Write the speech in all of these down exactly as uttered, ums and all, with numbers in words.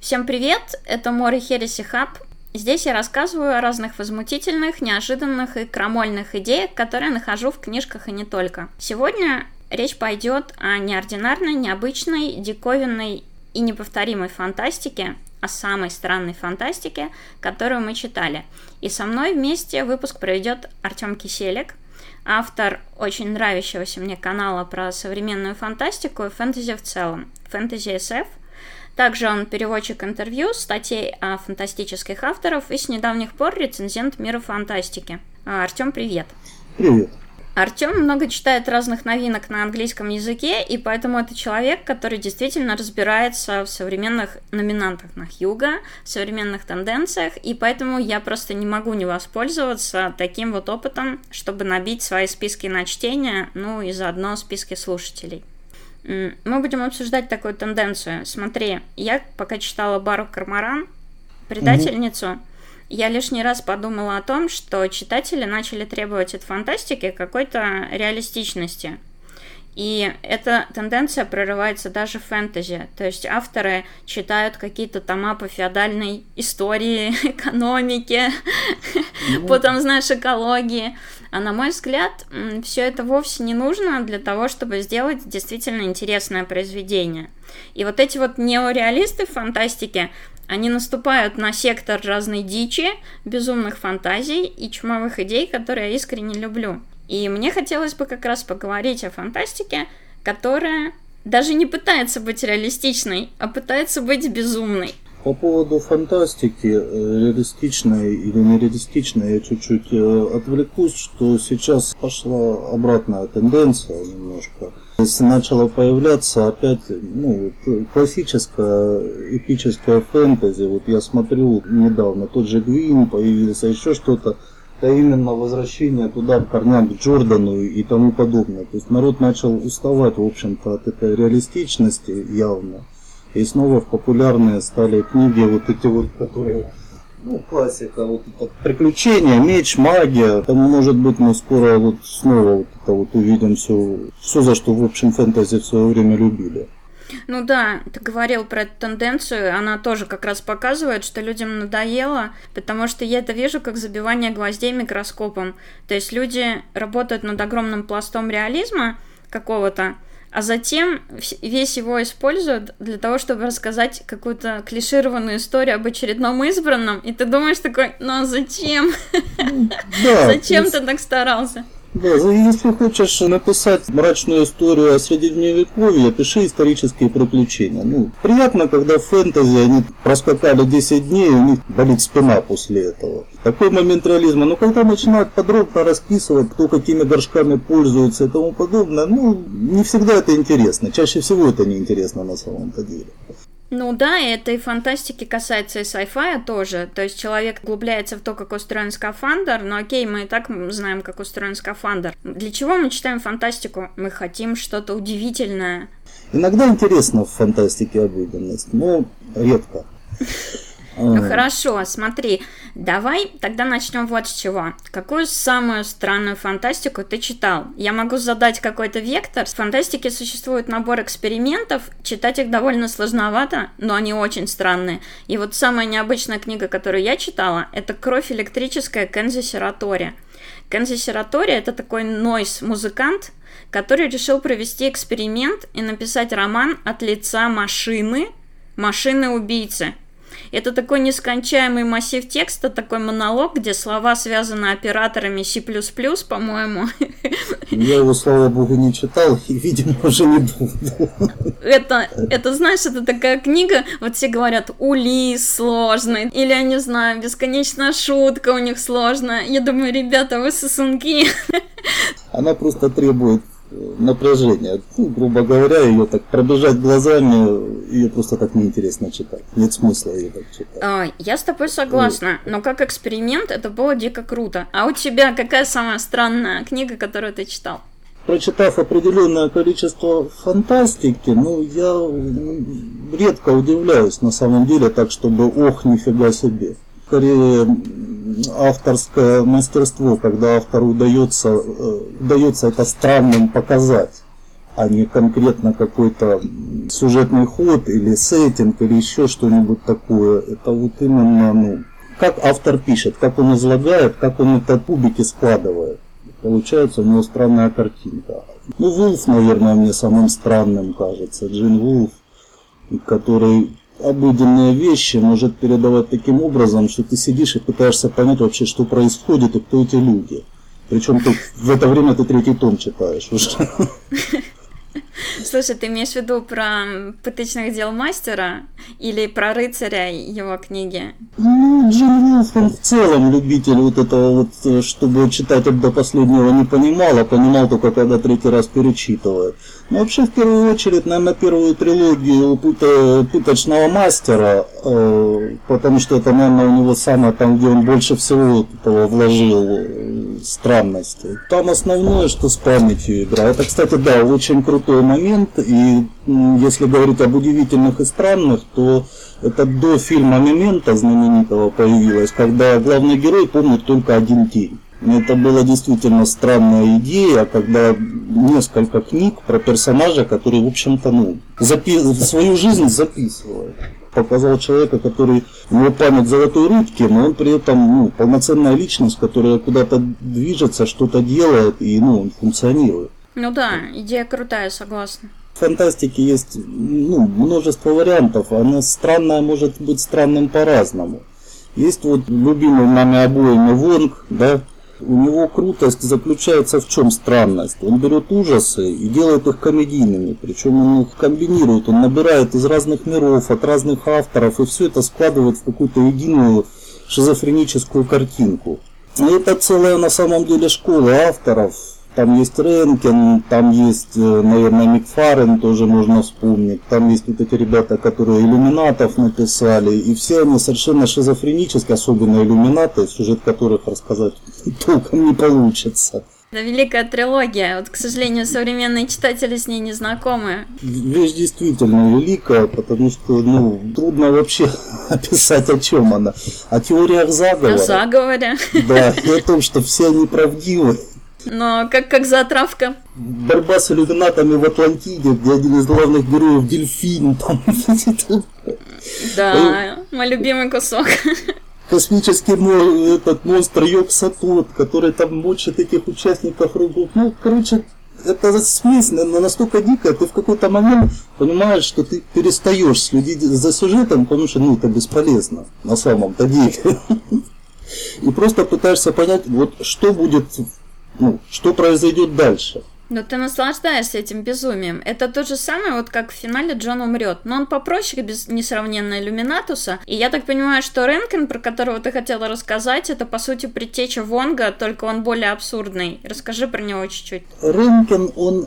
Всем привет, это Мори Хереси Хаб. Здесь я рассказываю о разных возмутительных, неожиданных и крамольных идеях, которые нахожу в книжках и не только. Сегодня речь пойдет о неординарной, необычной, диковинной и неповторимой фантастике, о самой странной фантастике, которую мы читали. И со мной вместе выпуск проведет Артем Киселек, автор очень нравящегося мне канала про современную фантастику и фэнтези в целом, Fantasy эс эф. Также он переводчик интервью, статей о фантастических авторов и с недавних пор рецензент мира фантастики. Артем, привет. Привет. Артем много читает разных новинок на английском языке, и поэтому это человек, который действительно разбирается в современных номинантах на Хьюго, в современных тенденциях, и поэтому я просто не могу не воспользоваться таким вот опытом, чтобы набить свои списки на чтение, ну и заодно списки слушателей. Мы будем обсуждать такую тенденцию. Смотри, я пока читала Бару Корморан, «Предательницу», угу. я лишний раз подумала о том, что читатели начали требовать от фантастики какой-то реалистичности. И эта тенденция прорывается даже в фэнтези. То есть авторы читают какие-то тома по феодальной истории, экономике, mm-hmm. потом, знаешь, экологии. А на мой взгляд, все это вовсе не нужно для того, чтобы сделать действительно интересное произведение. И вот эти вот неореалисты в фантастике, они наступают на сектор разной дичи, безумных фантазий и чумовых идей, которые я искренне люблю. И мне хотелось бы как раз поговорить о фантастике, которая даже не пытается быть реалистичной, а пытается быть безумной. По поводу фантастики, реалистичной или нереалистичной, я чуть-чуть отвлекусь, что сейчас пошла обратная тенденция немножко. Начало появляться опять ну, классическое эпическое фэнтези. Вот я смотрю недавно, тот же Гвин появился, еще что-то. Это именно возвращение туда, к корням, к Джордану и тому подобное. То есть народ начал уставать, в общем-то, от этой реалистичности явно. И снова в популярные стали книги, вот эти вот, которые, ну, классика, вот это приключения, меч, магия. Тому, может быть, мы скоро вот снова вот это вот увидим все, все, за что, в общем, фэнтези в свое время любили. Ну да, ты говорил про эту тенденцию, она тоже как раз показывает, что людям надоело, потому что я это вижу как забивание гвоздей микроскопом. То есть люди работают над огромным пластом реализма какого-то, а затем весь его используют для того, чтобы рассказать какую-то клишированную историю об очередном избранном, и ты думаешь такой, ну а зачем? Да, зачем ты так старался? Да, если хочешь написать мрачную историю о средневековье, пиши исторические приключения. Ну, приятно, когда в фэнтези они проскакали десять дней, и у них болит спина после этого. Такой момент реализма. Но когда начинают подробно расписывать, кто какими горшками пользуется и тому подобное, ну, не всегда это интересно. Чаще всего это неинтересно на самом-то деле. Ну да, и это и фантастики касается, и sci-fi тоже. То есть человек углубляется в то, как устроен скафандр, но окей, мы и так знаем, как устроен скафандр. Для чего мы читаем фантастику? Мы хотим что-то удивительное. Иногда интересно в фантастике обыденность, но редко. Ну хорошо, смотри, давай тогда начнем вот с чего. Какую самую странную фантастику ты читал? Я могу задать какой-то вектор. В фантастике существует набор экспериментов, читать их довольно сложновато, но они очень странные. И вот самая необычная книга, которую я читала, это «Кровь электрическая» Кензи Сиратори. Кензи Сиратори — это такой нойз-музыкант, который решил провести эксперимент и написать роман от лица машины, машины-убийцы. Это такой нескончаемый массив текста, такой монолог, где слова связаны операторами си плюс плюс, по-моему. Я его, слава богу, не читал и, видимо, уже не буду. Это, это, знаешь, это такая книга, вот все говорят, Улисс сложный, или, я не знаю, бесконечная шутка у них сложная. Я думаю, ребята, вы сосунки. Она просто требует напряжение. Ну, грубо говоря, ее так пробежать глазами, ее просто так неинтересно читать. Нет смысла ее так читать. А, я с тобой согласна, но как эксперимент это было дико круто. А у тебя какая самая странная книга, которую ты читал? Прочитав определенное количество фантастики, ну, я редко удивляюсь на самом деле, так чтобы ох, нифига себе. Скорее, авторское мастерство, когда автору удается, удается это странным показать. а не конкретно какой-то сюжетный ход или сеттинг или еще что-нибудь такое. Это вот именно, ну, как автор пишет, как он излагает, как он это кубики складывает. Получается у него странная картинка. Ну, Вулф, наверное, мне самым странным кажется. Джин Вулф, который обыденные вещи может передавать таким образом, что ты сидишь и пытаешься понять вообще, что происходит и кто эти люди. Причем ты в это время ты третий том читаешь уже. Слушай, ты имеешь в виду про «Пыточных дел мастера» или про «Рыцаря» его книги? Ну, Джин Вулф, он в целом любитель вот этого вот, чтобы читатель до последнего не понимал, а понимал только когда третий раз перечитывает. Но вообще, в первую очередь, наверное, первую трилогию «Пыточного мастера», э, потому что это, наверное, у него самое там, где он больше всего вложил э, странностей. Там основное, что с памятью игра. Это, кстати, да, очень крутой момент, и если говорить об удивительных и странных, то это до фильма «Мементо» знаменитого появилось, когда главный герой помнит только один день. Это была действительно странная идея, когда несколько книг про персонажа, который, в общем-то, ну, запи- свою жизнь записывает. Показал человека, который, у него память золотой рыбки, но он при этом, ну, полноценная личность, которая куда-то движется, что-то делает и, ну, он функционирует. Ну да, идея крутая, согласна. В фантастике есть, ну, множество вариантов, она странная может быть странным по-разному. Есть вот любимый нами обоими Вонг, да, у него крутость заключается в чем странность? Он берет ужасы и делает их комедийными, причем он их комбинирует, он набирает из разных миров, от разных авторов, и все это складывает в какую-то единую шизофреническую картинку. И это целая на самом деле школа авторов. Там есть Ренкин, там есть, наверное, Макфарен, тоже можно вспомнить. Там есть вот эти ребята, которые иллюминатов написали. И все они совершенно шизофренические, особенно иллюминаты, сюжет которых рассказать толком не получится. Это великая трилогия. Вот, к сожалению, современные читатели с ней не знакомы. Вещь действительно великая, потому что, ну, трудно вообще описать, о чем она. О теориях заговора. О заговоре. Да, и о том, что все они правдивы. Но как, как затравка. Борьба с иллюминатами в Атлантиде, где один из главных героев дельфин. Там. Да, мой любимый кусок. Космический этот монстр Йог-Сатурн, который там мочит этих участников рыбу. Ну, короче, это смесь настолько дикая, ты в какой-то момент понимаешь, что ты перестаешь следить за сюжетом, потому что, ну, это бесполезно на самом-то деле. И просто пытаешься понять, вот что будет, ну, что произойдет дальше. Но ты наслаждаешься этим безумием. Это то же самое, вот как в финале Джон умрет. Но он попроще, без несравненно Иллюминатуса. И я так понимаю, что Ренкин, про которого ты хотела рассказать, это по сути предтеча Вонга, только он более абсурдный. Расскажи про него чуть-чуть. Ренкин, он...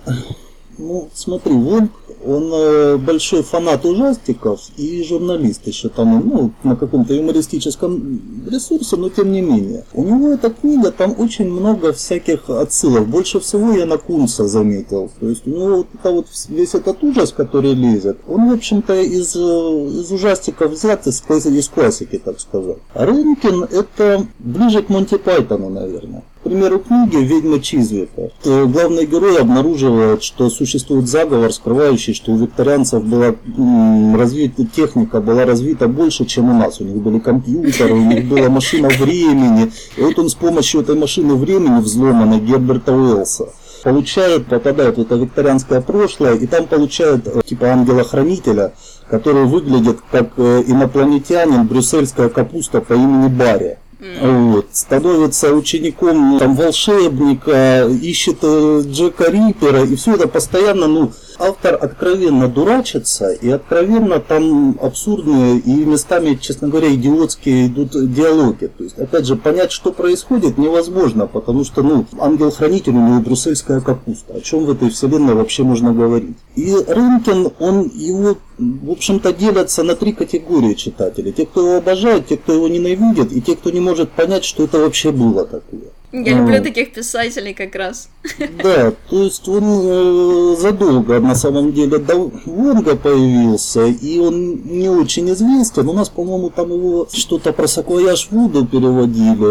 Ну, смотри, Вонг, он э, большой фанат ужастиков и журналист еще там, ну, на каком-то юмористическом ресурсе, но тем не менее. У него эта книга, там очень много всяких отсылок. Больше всего я на Кунца заметил. То есть у него вот, это вот весь этот ужас, который лезет, он, в общем-то, из, из ужастиков взят, из, из классики, так сказать. А Ренкин это ближе к Монти Пайтону, наверное. К примеру, книги «Ведьма Чизвика». Главный герой обнаруживает, что существует заговор, скрывающий, что у викторианцев была м, развита техника, была развита больше, чем у нас. У них были компьютеры, у них была машина времени. И вот он с помощью этой машины времени, взломанной Герберта Уэллса, получает, попадает в это викторианское прошлое, и там получает типа ангела-хранителя, который выглядит как инопланетянин, брюссельская капуста по имени Барри. Вот. Становится учеником там волшебника, ищет э, Джека Риппера, и все это постоянно, ну, автор откровенно дурачится, и откровенно там абсурдные и местами, честно говоря, идиотские идут диалоги. То есть, опять же, понять, что происходит, невозможно, потому что, ну, ангел-хранитель у него брюссельская капуста. О чем в этой вселенной вообще можно говорить? И Ренкин, он его, в общем-то, делятся на три категории читателей. Те, кто его обожают, те, кто его ненавидит, и те, кто не может понять, что это вообще было такое. Я люблю таких писателей как раз. Да, то есть он э, задолго на самом деле до Вонга появился, и он не очень известен. У нас, по-моему, там его что-то про саквояж Вуду переводили.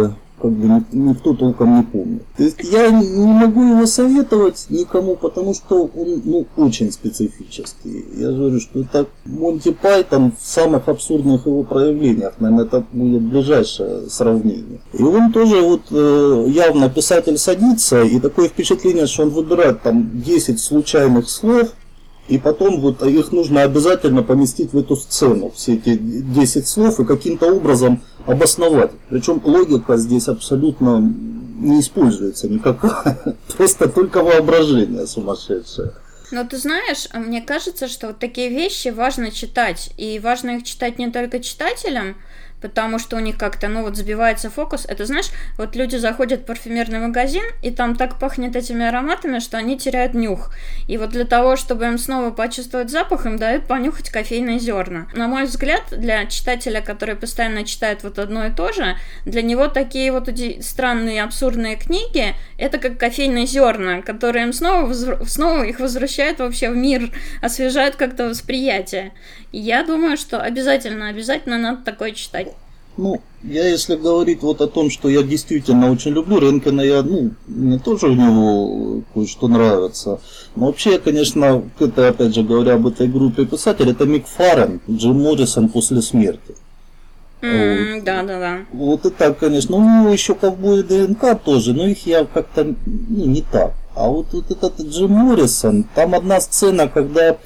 как бы никто толком не помнит. То есть я не могу его советовать никому, потому что он, ну, очень специфический. Я говорю, что это Монти Пайтон в самых абсурдных его проявлениях, наверное, это будет ближайшее сравнение. И он тоже вот э, явно писатель садится, и такое впечатление, что он выбирает там десять случайных слов, и потом вот их нужно обязательно поместить в эту сцену, все эти десять слов, и каким-то образом обосновать. Причем логика здесь абсолютно не используется никакая, просто только воображение сумасшедшее. Но ты знаешь, мне кажется, что вот такие вещи важно читать, и важно их читать не только читателям, потому что у них как-то, ну вот, сбивается фокус. Это, знаешь, вот люди заходят в парфюмерный магазин, и там так пахнет этими ароматами, что они теряют нюх. И вот для того, чтобы им снова почувствовать запах, им дают понюхать кофейные зерна. На мой взгляд, для читателя, который постоянно читает вот одно и то же, для него такие вот странные, абсурдные книги, это как кофейные зерна, которые им снова, возвр... снова их возвращают вообще в мир, освежают как-то восприятие. И я думаю, что обязательно, обязательно надо такое читать. Ну, я если говорить вот о том, что я действительно очень люблю Ренкина, я, ну, мне тоже у него кое-что нравится. Но вообще, я, конечно, это, опять же, говоря об этой группе писателей, это Мик Фаррен, Джим Моррисон после смерти. Mm, вот. Да, да, да. Вот и так, конечно. У него еще ковбои ДНК тоже, но их я как-то, ну, не так. А вот, вот этот Джим Моррисон, там одна сцена, когда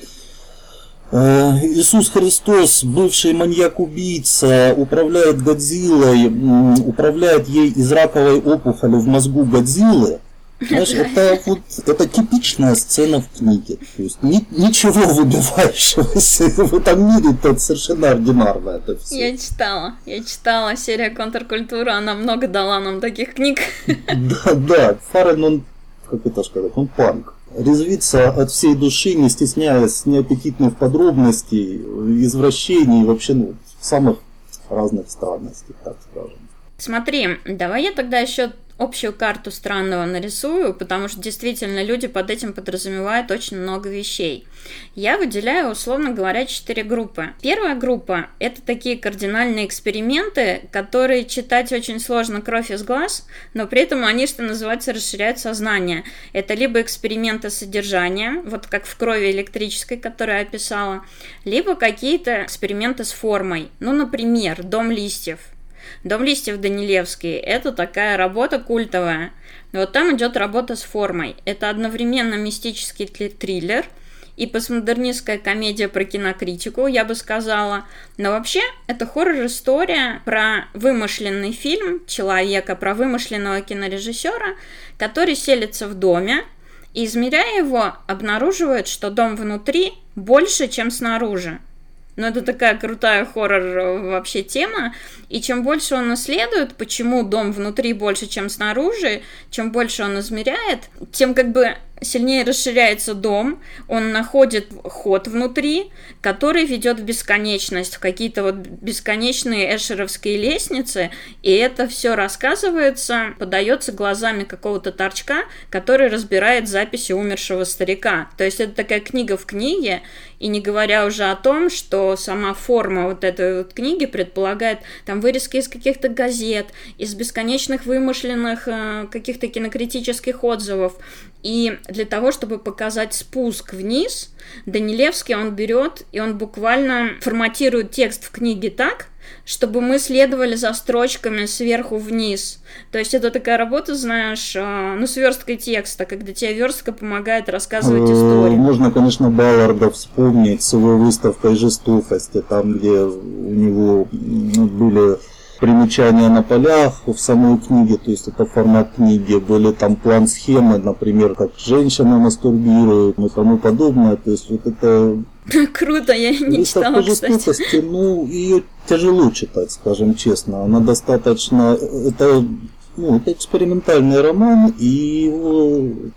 Иисус Христос, бывший маньяк-убийца, управляет Годзиллой, управляет ей из раковой опухоли в мозгу Годзиллы. Знаешь, это вот это типичная сцена в книге. То есть ни, ничего выбивающегося в этом мире, это совершенно ординарно это все. Я читала, я читала серия «Контркультура», она много дала нам таких книг. Да, да, Фаррен, он, как это сказать, он панк. Резвится от всей души, не стесняясь неаппетитных подробностей, извращений, вообще, ну, самых разных странностей, так скажем. Смотри, давай я тогда еще общую карту странного нарисую, потому что действительно люди под этим подразумевают очень много вещей. Я выделяю, условно говоря, четыре группы. Первая группа – это такие кардинальные эксперименты, которые читать очень сложно кровь из глаз, но при этом они, что называется, расширяют сознание. Это либо эксперименты содержания, вот как в «Крови электрической», которую я описала, либо какие-то эксперименты с формой. Ну, например, «Дом листьев». «Дом листьев» Данилевский – это такая работа культовая. Вот там идет работа с формой. Это одновременно мистический триллер и постмодернистская комедия про кинокритику, я бы сказала. Но вообще это хоррор-история про вымышленный фильм человека, про вымышленного кинорежиссера, который селится в доме и, измеряя его, обнаруживает, что дом внутри больше, чем снаружи. Но это такая крутая хоррор вообще тема, и чем больше он исследует, почему дом внутри больше, чем снаружи, чем больше он измеряет, тем как бы сильнее расширяется дом, он находит ход внутри, который ведет в бесконечность, в какие-то вот бесконечные эшеровские лестницы, и это все рассказывается, подается глазами какого-то торчка, который разбирает записи умершего старика. То есть это такая книга в книге, и не говоря уже о том, что сама форма вот этой вот книги предполагает там вырезки из каких-то газет, из бесконечных вымышленных э, каких-то кинокритических отзывов. И для того, чтобы показать спуск вниз, Данилевский, он берет и он буквально форматирует текст в книге так, чтобы мы следовали за строчками сверху вниз. То есть это такая работа, знаешь, ну, с версткой текста, когда тебе верстка помогает рассказывать историю. Можно, конечно, Балларда вспомнить с его выставкой жестокости, там, где у него были примечания на полях в самой книге, то есть это формат книги, были там план-схемы, например, как женщина мастурбирует и тому подобное, то есть вот это... Круто, я не читала, кстати. Ну, ее тяжело читать, скажем честно, она достаточно... Это, ну, это экспериментальный роман, и его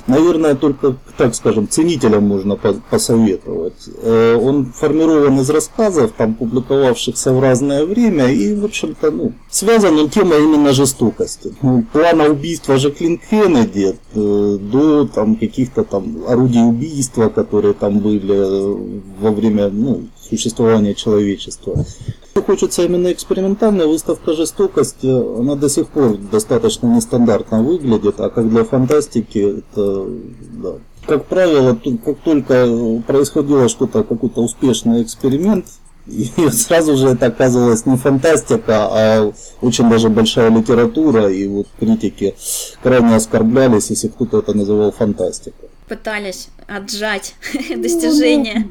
наверное, только, так скажем, ценителям можно посоветовать. Он формирован из рассказов, там, публиковавшихся в разное время, и, в общем-то, ну, связан он темой именно жестокости. Ну, плана убийства Жаклин Кеннеди до там каких-то там орудий убийства, которые там были во время, ну, существования человечества. Хочется именно экспериментальная выставка жестокости, она до сих пор достаточно нестандартно выглядит, а как для фантастики, это, да. Как правило, как только происходило что-то, какой-то успешный эксперимент, и сразу же это оказывалось не фантастика, а очень даже большая литература, и вот критики крайне оскорблялись, если кто-то это называл фантастикой. Пытались отжать достижения.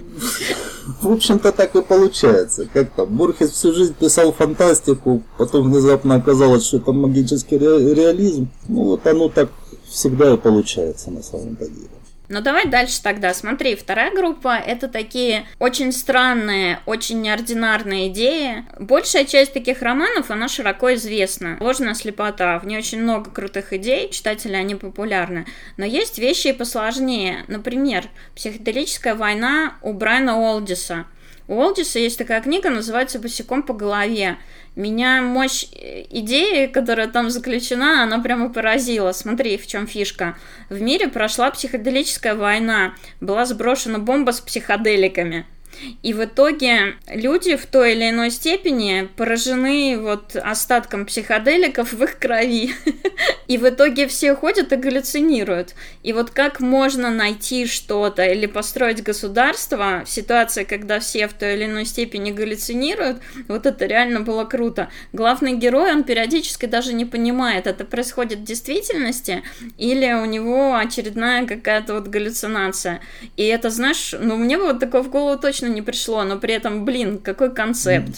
В общем-то, так и получается. Как там, Борхес всю жизнь писал фантастику, потом внезапно оказалось, что это магический ре- реализм. Ну вот оно так всегда и получается на самом-то деле. Ну давай дальше тогда. Смотри, вторая группа — это такие очень странные, очень неординарные идеи. Большая часть таких романов, она широко известна. «Ложная слепота», в ней очень много крутых идей, читатели, они популярны. Но есть вещи и посложнее. Например, «Психоделическая война» у Брайана Олдиса. У Олдиса есть такая книга, называется «Босиком по голове». Меня мощь идеи, которая там заключена, она прямо поразила. Смотри, в чем фишка. В мире прошла психоделическая война, была сброшена бомба с психоделиками. И в итоге люди в той или иной степени поражены вот остатком психоделиков в их крови. И в итоге все ходят и галлюцинируют. И вот как можно найти что-то или построить государство в ситуации, когда все в той или иной степени галлюцинируют, вот это реально было круто. Главный герой, он периодически даже не понимает, это происходит в действительности или у него очередная какая-то вот галлюцинация. И это, знаешь, ну мне бы вот такое в голову точно не пришло, но при этом, блин, какой концепт.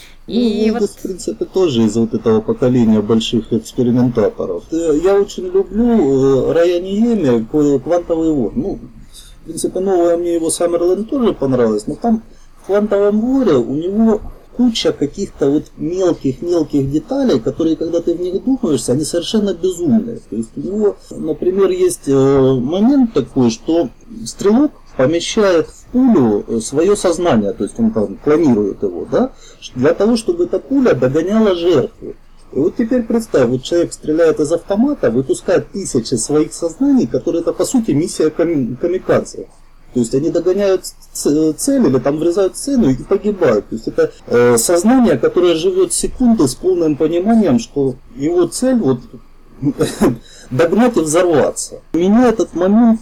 И ну, вот... в принципе, тоже из вот этого поколения больших экспериментаторов. Я очень люблю Райан Йеми «Квантовый вор». Ну, в принципе, новое мне его «Саммерленд» тоже понравилось, но там в «Квантовом воре» у него куча каких-то вот мелких-мелких деталей, которые, когда ты в них думаешь, они совершенно безумные. То есть у него, например, есть момент такой, что стрелок помещает в пулю свое сознание, то есть он там планирует его, да, для того, чтобы эта пуля догоняла жертву. И вот теперь представь, вот человек стреляет из автомата, выпускает тысячи своих сознаний, которые это по сути миссия ками- камикадзе. То есть они догоняют цель или там врезают в цену и погибают. То есть это э, сознание, которое живет секунды с полным пониманием, что его цель вот догнать и взорваться. Меня этот момент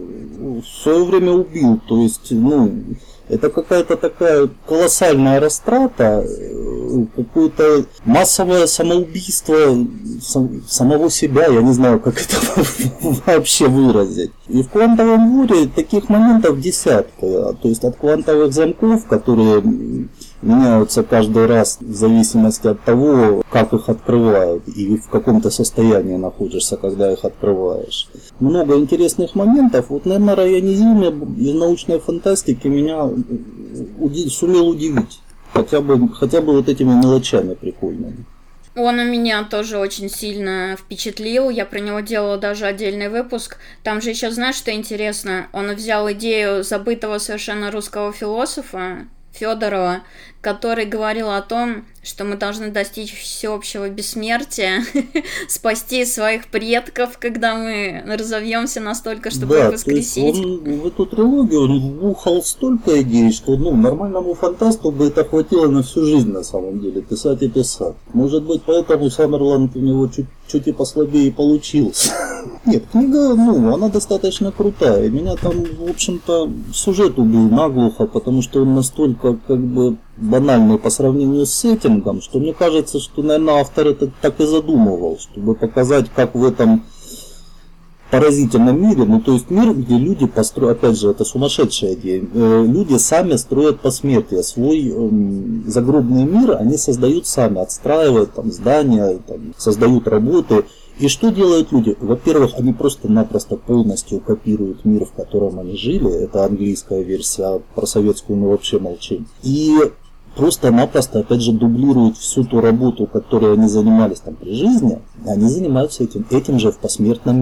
в свое время убил. То есть, ну, это какая-то такая колоссальная растрата, какое-то массовое самоубийство самого себя, я не знаю, как это вообще выразить. И в «Квантовом воре» таких моментов десятка, то есть от квантовых замков, которые меняются каждый раз в зависимости от того, как их открывают и в каком-то состоянии находишься, когда их открываешь. Много интересных моментов. Вот, наверное, Райан Йеми из научной фантастики меня уди- сумел удивить. Хотя бы, хотя бы вот этими мелочами прикольными. Он у меня тоже очень сильно впечатлил, я про него делала даже отдельный выпуск. Там же еще, знаешь, что интересно? Он взял идею забытого совершенно русского философа Федорова, который говорил о том, что мы должны достичь всеобщего бессмертия, спасти своих предков, когда мы разовьемся настолько, чтобы да, их воскресить. То есть он в эту трилогию он вбухал столько идей, что ну, нормальному фантасту бы это хватило на всю жизнь на самом деле, писать и писать. Может быть, поэтому «Саммерленд» у него чуть, чуть и послабее получился. Нет, книга, ну, она достаточно крутая. И меня там, в общем-то, сюжет убил наглухо, потому что он настолько, как бы, банальный по сравнению с сеттингом, что мне кажется, что, наверное, автор это так и задумывал, чтобы показать, как в этом поразительном мире, ну, то есть мир, где люди построят, опять же, это сумасшедшая идея, э, люди сами строят посмертие, свой э, загробный мир они создают сами, отстраивают там здания, там, создают работы. И что делают люди? Во-первых, они просто-напросто полностью копируют мир, в котором они жили, это английская версия, а про советскую мы вообще молчим. И просто-напросто, опять же, дублируют всю ту работу, которой они занимались там при жизни, они занимаются этим, этим же в посмертном мире.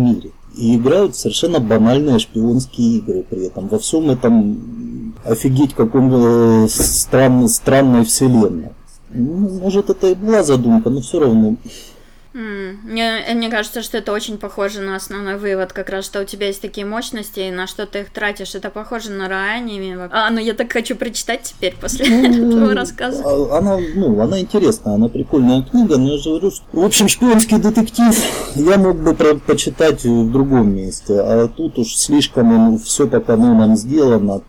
и играют совершенно банальные шпионские игры при этом. Во всем этом офигеть каком странной, странной вселенной. Ну, может, это и была задумка, но все равно. Mm. Мне, мне кажется, что это очень похоже на основной вывод, как раз, что у тебя есть такие мощности, и на что ты их тратишь. Это похоже на Раани. А, ну я так хочу прочитать теперь после этого рассказа. Она, ну, она интересная, она прикольная книга, но я же говорю, что... В общем, шпионский детектив я мог бы про- почитать в другом месте, а тут уж слишком все по канонам сделано.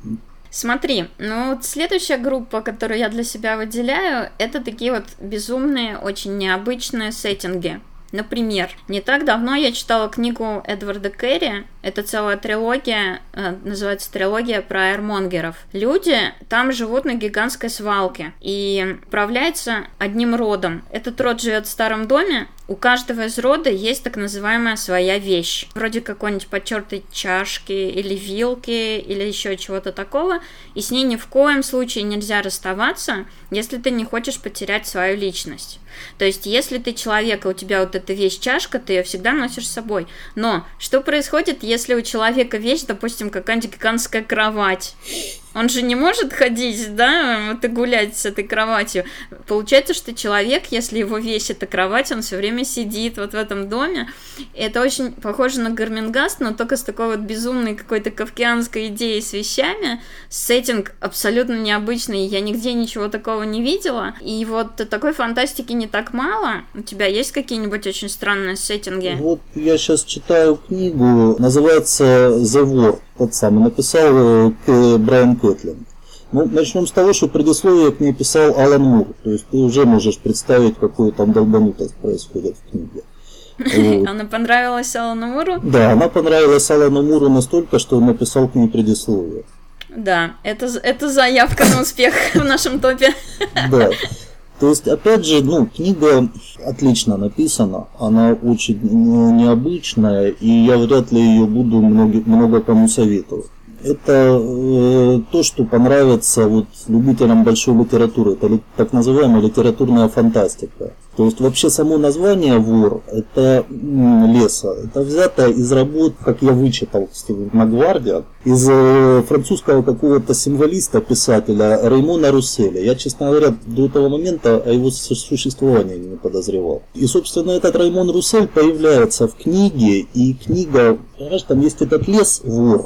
Смотри, ну вот следующая группа, которую я для себя выделяю, это такие вот безумные, очень необычные сеттинги. Например, не так давно я читала книгу Эдварда Керри, это целая трилогия, называется трилогия про айрмонгеров. Люди там живут на гигантской свалке и управляются одним родом. Этот род живет в старом доме, у каждого из рода есть так называемая своя вещь, вроде какой-нибудь потертой чашки или вилки или еще чего-то такого, и с ней ни в коем случае нельзя расставаться, если ты не хочешь потерять свою личность. То есть, если ты человек, и у тебя вот эта вещь-чашка, ты ее всегда носишь с собой. Но что происходит, если у человека вещь, допустим, какая-нибудь гигантская кровать? Он же не может ходить, да, вот и гулять с этой кроватью. Получается, что человек, если его вещь это кровать, он все время сидит вот в этом доме. И это очень похоже на Гармингаст, но только с такой вот безумной какой-то кавказской идеей с вещами. Сеттинг абсолютно необычный, я нигде ничего такого не видела. И вот такой фантастики не так мало. У тебя есть какие-нибудь очень странные сеттинги? Вот я сейчас читаю книгу, называется «The War». Тот самый написал э, Брайан Кэтлин. Ну, начнем с того, что предисловие к ней писал Алан Мур. То есть ты уже можешь представить, какую там долбанутость происходит в книге. Вот. Она понравилась Алану Муру? Да, она понравилась Алану Муру настолько, что он написал к ней предисловие. Да, это, это заявка на успех в нашем топе. Да. То есть, опять же, ну, книга отлично написана, она очень необычная, и я вряд ли ее буду много, много кому советовать. Это э, то, что понравится вот любителям большой литературы, это ли, так называемая литературная фантастика. То есть вообще само название «Вор» — это м, леса, это взято из работ, как я вычитал, кстати, на Гвардии, из э, французского какого-то символиста, писателя Раймона Русселя. Я, честно говоря, до этого момента о его существовании не подозревал. И, собственно, этот Раймон Руссель появляется в книге, и книга, понимаешь, там есть этот лес «Вор».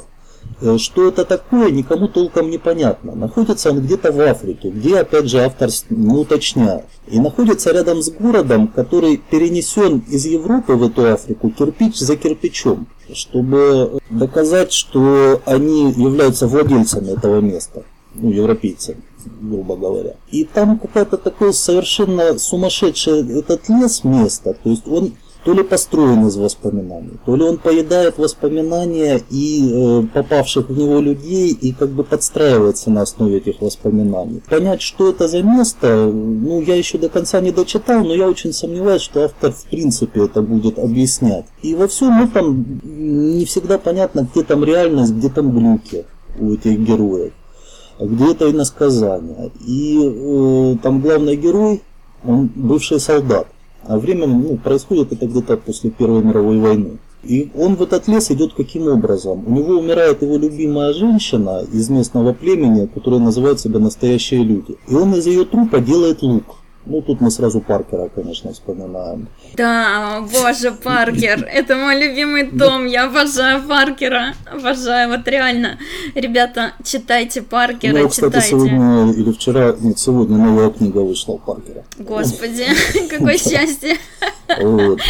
Что это такое, никому толком не понятно. Находится он где-то в Африке, где, опять же, автор не уточняет. И находится рядом с городом, который перенесен из Европы в эту Африку кирпич за кирпичом, чтобы доказать, что они являются владельцами этого места, ну, европейцами, грубо говоря. И там какая-то такое совершенно сумасшедшее этот лес место, то есть он то ли построен из воспоминаний, то ли он поедает воспоминания и э, попавших в него людей и как бы подстраивается на основе этих воспоминаний. Понять, что это за место, ну, я еще до конца не дочитал, но я очень сомневаюсь, что автор в принципе это будет объяснять. И во всем этом не всегда понятно, где там реальность, где там глюки у этих героев, где это иносказание. И э, там главный герой, он бывший солдат. А время, ну, происходит это где-то после Первой мировой войны. И он в этот лес идет каким образом? У него умирает его любимая женщина из местного племени, которая называет себя «Настоящие люди». И он из ее трупа делает лук. Ну, тут мы сразу Паркера, конечно, вспоминаем. Да, боже, Паркер, это мой любимый том, я обожаю Паркера, обожаю, вот реально. Ребята, читайте Паркера, ну, кстати, читайте. Сегодня или вчера, нет, сегодня новая книга вышла у Паркера. Господи, какое счастье. Вот.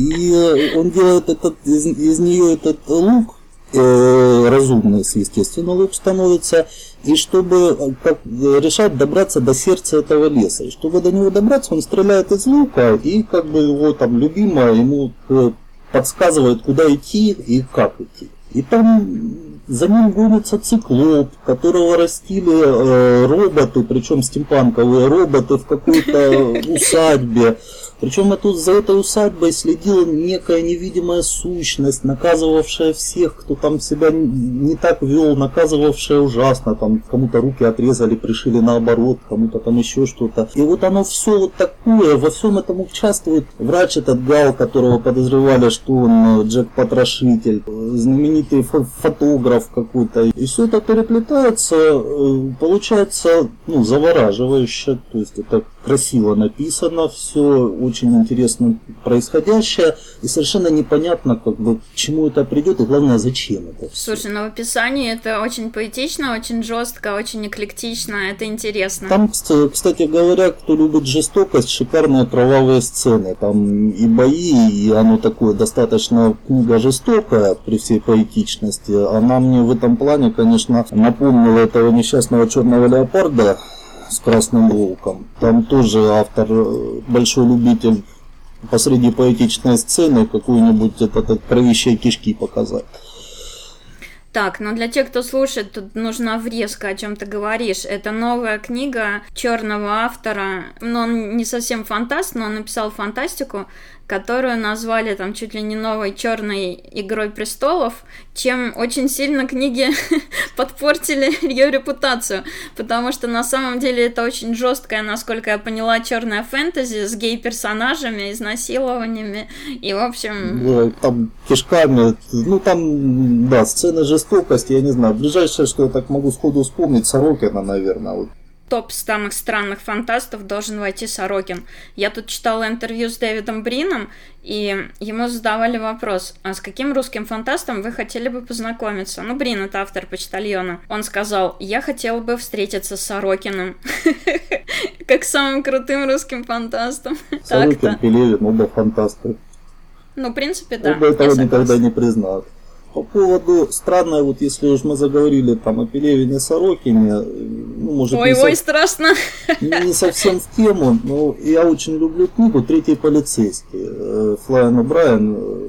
И он делает этот, из, из нее этот лук, э, разумный, естественно, лук становится, и чтобы как, решать добраться до сердца этого леса. И чтобы до него добраться, он стреляет из лука, и как бы его там любимая ему подсказывает, куда идти и как идти. И там за ним гонится циклоп, которого растили э, роботы, причем стимпанковые роботы в какой-то усадьбе. Причем эту, за этой усадьбой следила некая невидимая сущность, наказывавшая всех, кто там себя не так вел, наказывавшая ужасно, там кому-то руки отрезали, пришили наоборот, кому-то там еще что-то. И вот оно все вот такое, во всем этом участвует врач этот Гал, которого подозревали, что он Джек-потрошитель, знаменитый фо- фотограф какой-то. И все это переплетается, получается, ну, завораживающе, то есть это красиво написано, все очень интересно происходящее, и совершенно непонятно, как бы, к чему это придет, и главное, зачем это все. Слушай, ну в описании это очень поэтично, очень жестко, очень эклектично, это интересно. Там, кстати говоря, кто любит жестокость, шикарные кровавые сцены. Там и бои, и оно такое достаточно книга жестокая при всей поэтичности. Она мне в этом плане, конечно, напомнила этого несчастного черного леопарда с красным волком. Там тоже автор большой любитель посреди поэтичной сцены какую-нибудь этот кровищей кишки показать. Так, но для тех, кто слушает, тут нужна врезка, о чем ты говоришь. Это новая книга черного автора, но он не совсем фантаст, но он написал фантастику, которую назвали там чуть ли не новой черной игрой престолов, чем очень сильно книги подпортили ее репутацию, потому что на самом деле это очень жесткая, насколько я поняла, черная фэнтези с гей-персонажами, изнасилованиями и, в общем... Да, там кишками, ну там, да, сцены жестокости, я не знаю, ближайшее, что я так могу сходу вспомнить, Сорокина, наверное, вот. Топ самых странных фантастов должен войти Сорокин. Я тут читала интервью с Дэвидом Брином, и ему задавали вопрос, а с каким русским фантастом вы хотели бы познакомиться? Ну, Брин — это автор «Почтальона». Он сказал, я хотел бы встретиться с Сорокиным. Как самым крутым русским фантастом. Сорокин, Пелевин, оба фантасты. Ну, в принципе, да. Оба этого никогда не признают. По поводу странной, вот если уж мы заговорили там о Пелевине, Сорокине, ну, может, ой, не, ой, со... страшно. не совсем в тему, но я очень люблю книгу «Третий полицейский». Флайан О'Брайен,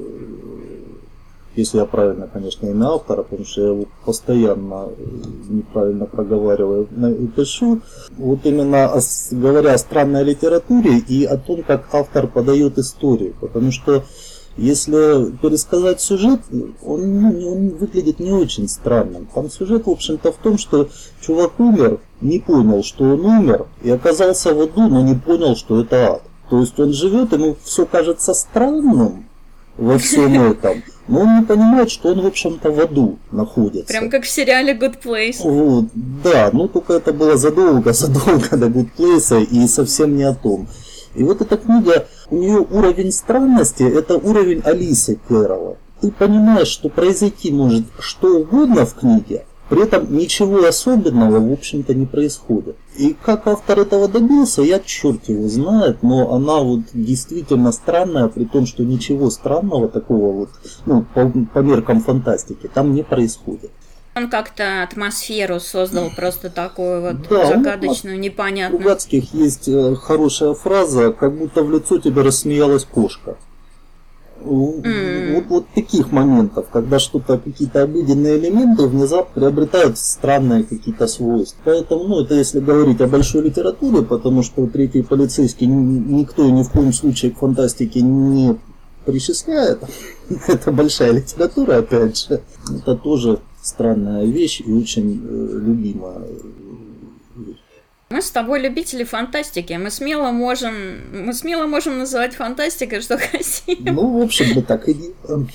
если я правильно, конечно, имя автора, потому что я его постоянно неправильно проговариваю и пишу. Вот именно говоря о странной литературе и о том, как автор подает историю, потому что если пересказать сюжет, он, ну, он выглядит не очень странным. Там сюжет, в общем-то, в том, что чувак умер, не понял, что он умер, и оказался в аду, но не понял, что это ад. То есть он живет, ему все кажется странным во всем этом, но он не понимает, что он, в общем-то, в аду находится. Прям как в сериале Good Place. Вот, да, ну только это было задолго, задолго до Good Place и совсем не о том. И вот эта книга, у нее уровень странности, это уровень Алисы Кэрролл. Ты понимаешь, что произойти может что угодно в книге, при этом ничего особенного, в общем-то, не происходит. И как автор этого добился, я черт его знает, но она вот действительно странная, при том, что ничего странного такого вот, ну, по, по меркам фантастики там не происходит. Он как-то атмосферу создал просто такую вот да, загадочную, непонятную. У Гадских есть хорошая фраза, как будто в лицо тебе рассмеялась кошка. Mm. Вот, вот таких моментов, когда что-то, какие-то обыденные элементы внезапно приобретают странные какие-то свойства. Поэтому, ну, это если говорить о большой литературе, потому что «Третий полицейский» никто ни в коем случае к фантастике не причисляет. Это большая литература, опять же. Это тоже странная вещь и очень э, любимая вещь. Мы с тобой любители фантастики. Мы смело можем, мы смело можем называть фантастикой, что хотим. Ну, в общем, так и делаем.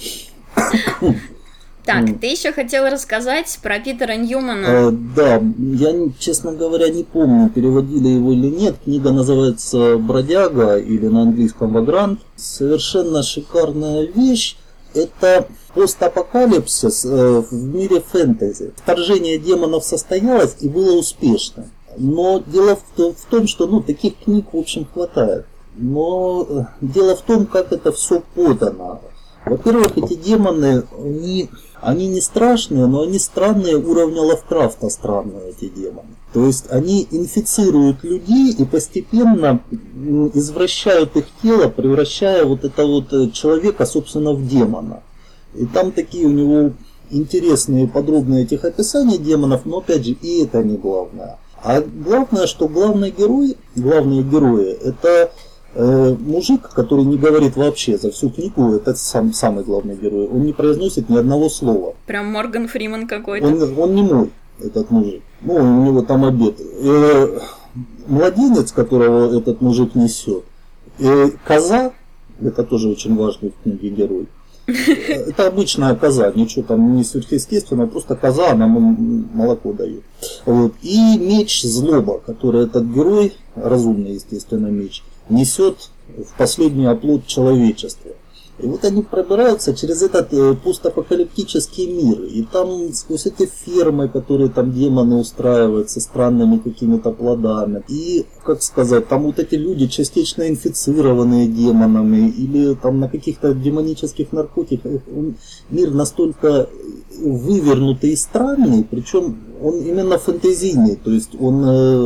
Так, ты еще хотел рассказать про Питера Ньюмана. А, да, я, честно говоря, не помню, переводили его или нет. Книга называется «Бродяга» или на английском «Вагрант». Совершенно шикарная вещь. Это постапокалипсис э, в мире фэнтези. Вторжение демонов состоялось и было успешно. Но дело в, в том, что ну, таких книг, в общем, хватает. Но э, дело в том, как это все подано. Во-первых, эти демоны, они, они не страшные, но они странные, уровня Лавкрафта странные, эти демоны. То есть они инфицируют людей и постепенно извращают их тело, превращая вот этого вот человека, собственно, в демона. И там такие у него интересные и подробные этих описаний демонов, но опять же и это не главное. А главное, что главный герой, главные герои, это э, мужик, который не говорит вообще за всю книгу, это сам, самый главный герой, он не произносит ни одного слова. Прям Морган Фриман какой-то. Он, он не мой, этот мужик. Ну, у него там обед. Э, младенец, которого этот мужик несет, э, коза, это тоже очень важный в книге герой. Это обычная коза, ничего там не сверхъестественного, просто коза, она молоко дает. Вот. И меч злоба, который этот герой, разумный, естественно, меч, несет в последний оплот человечества. И вот они пробираются через этот э, постапокалиптический мир. И там сквозь эти фермы, которые там демоны устраивают со странными какими-то плодами. И, как сказать, там вот эти люди, частично инфицированные демонами, или там на каких-то демонических наркотиках. Мир настолько вывернутый и странный, причем он именно фэнтезийный, то есть он,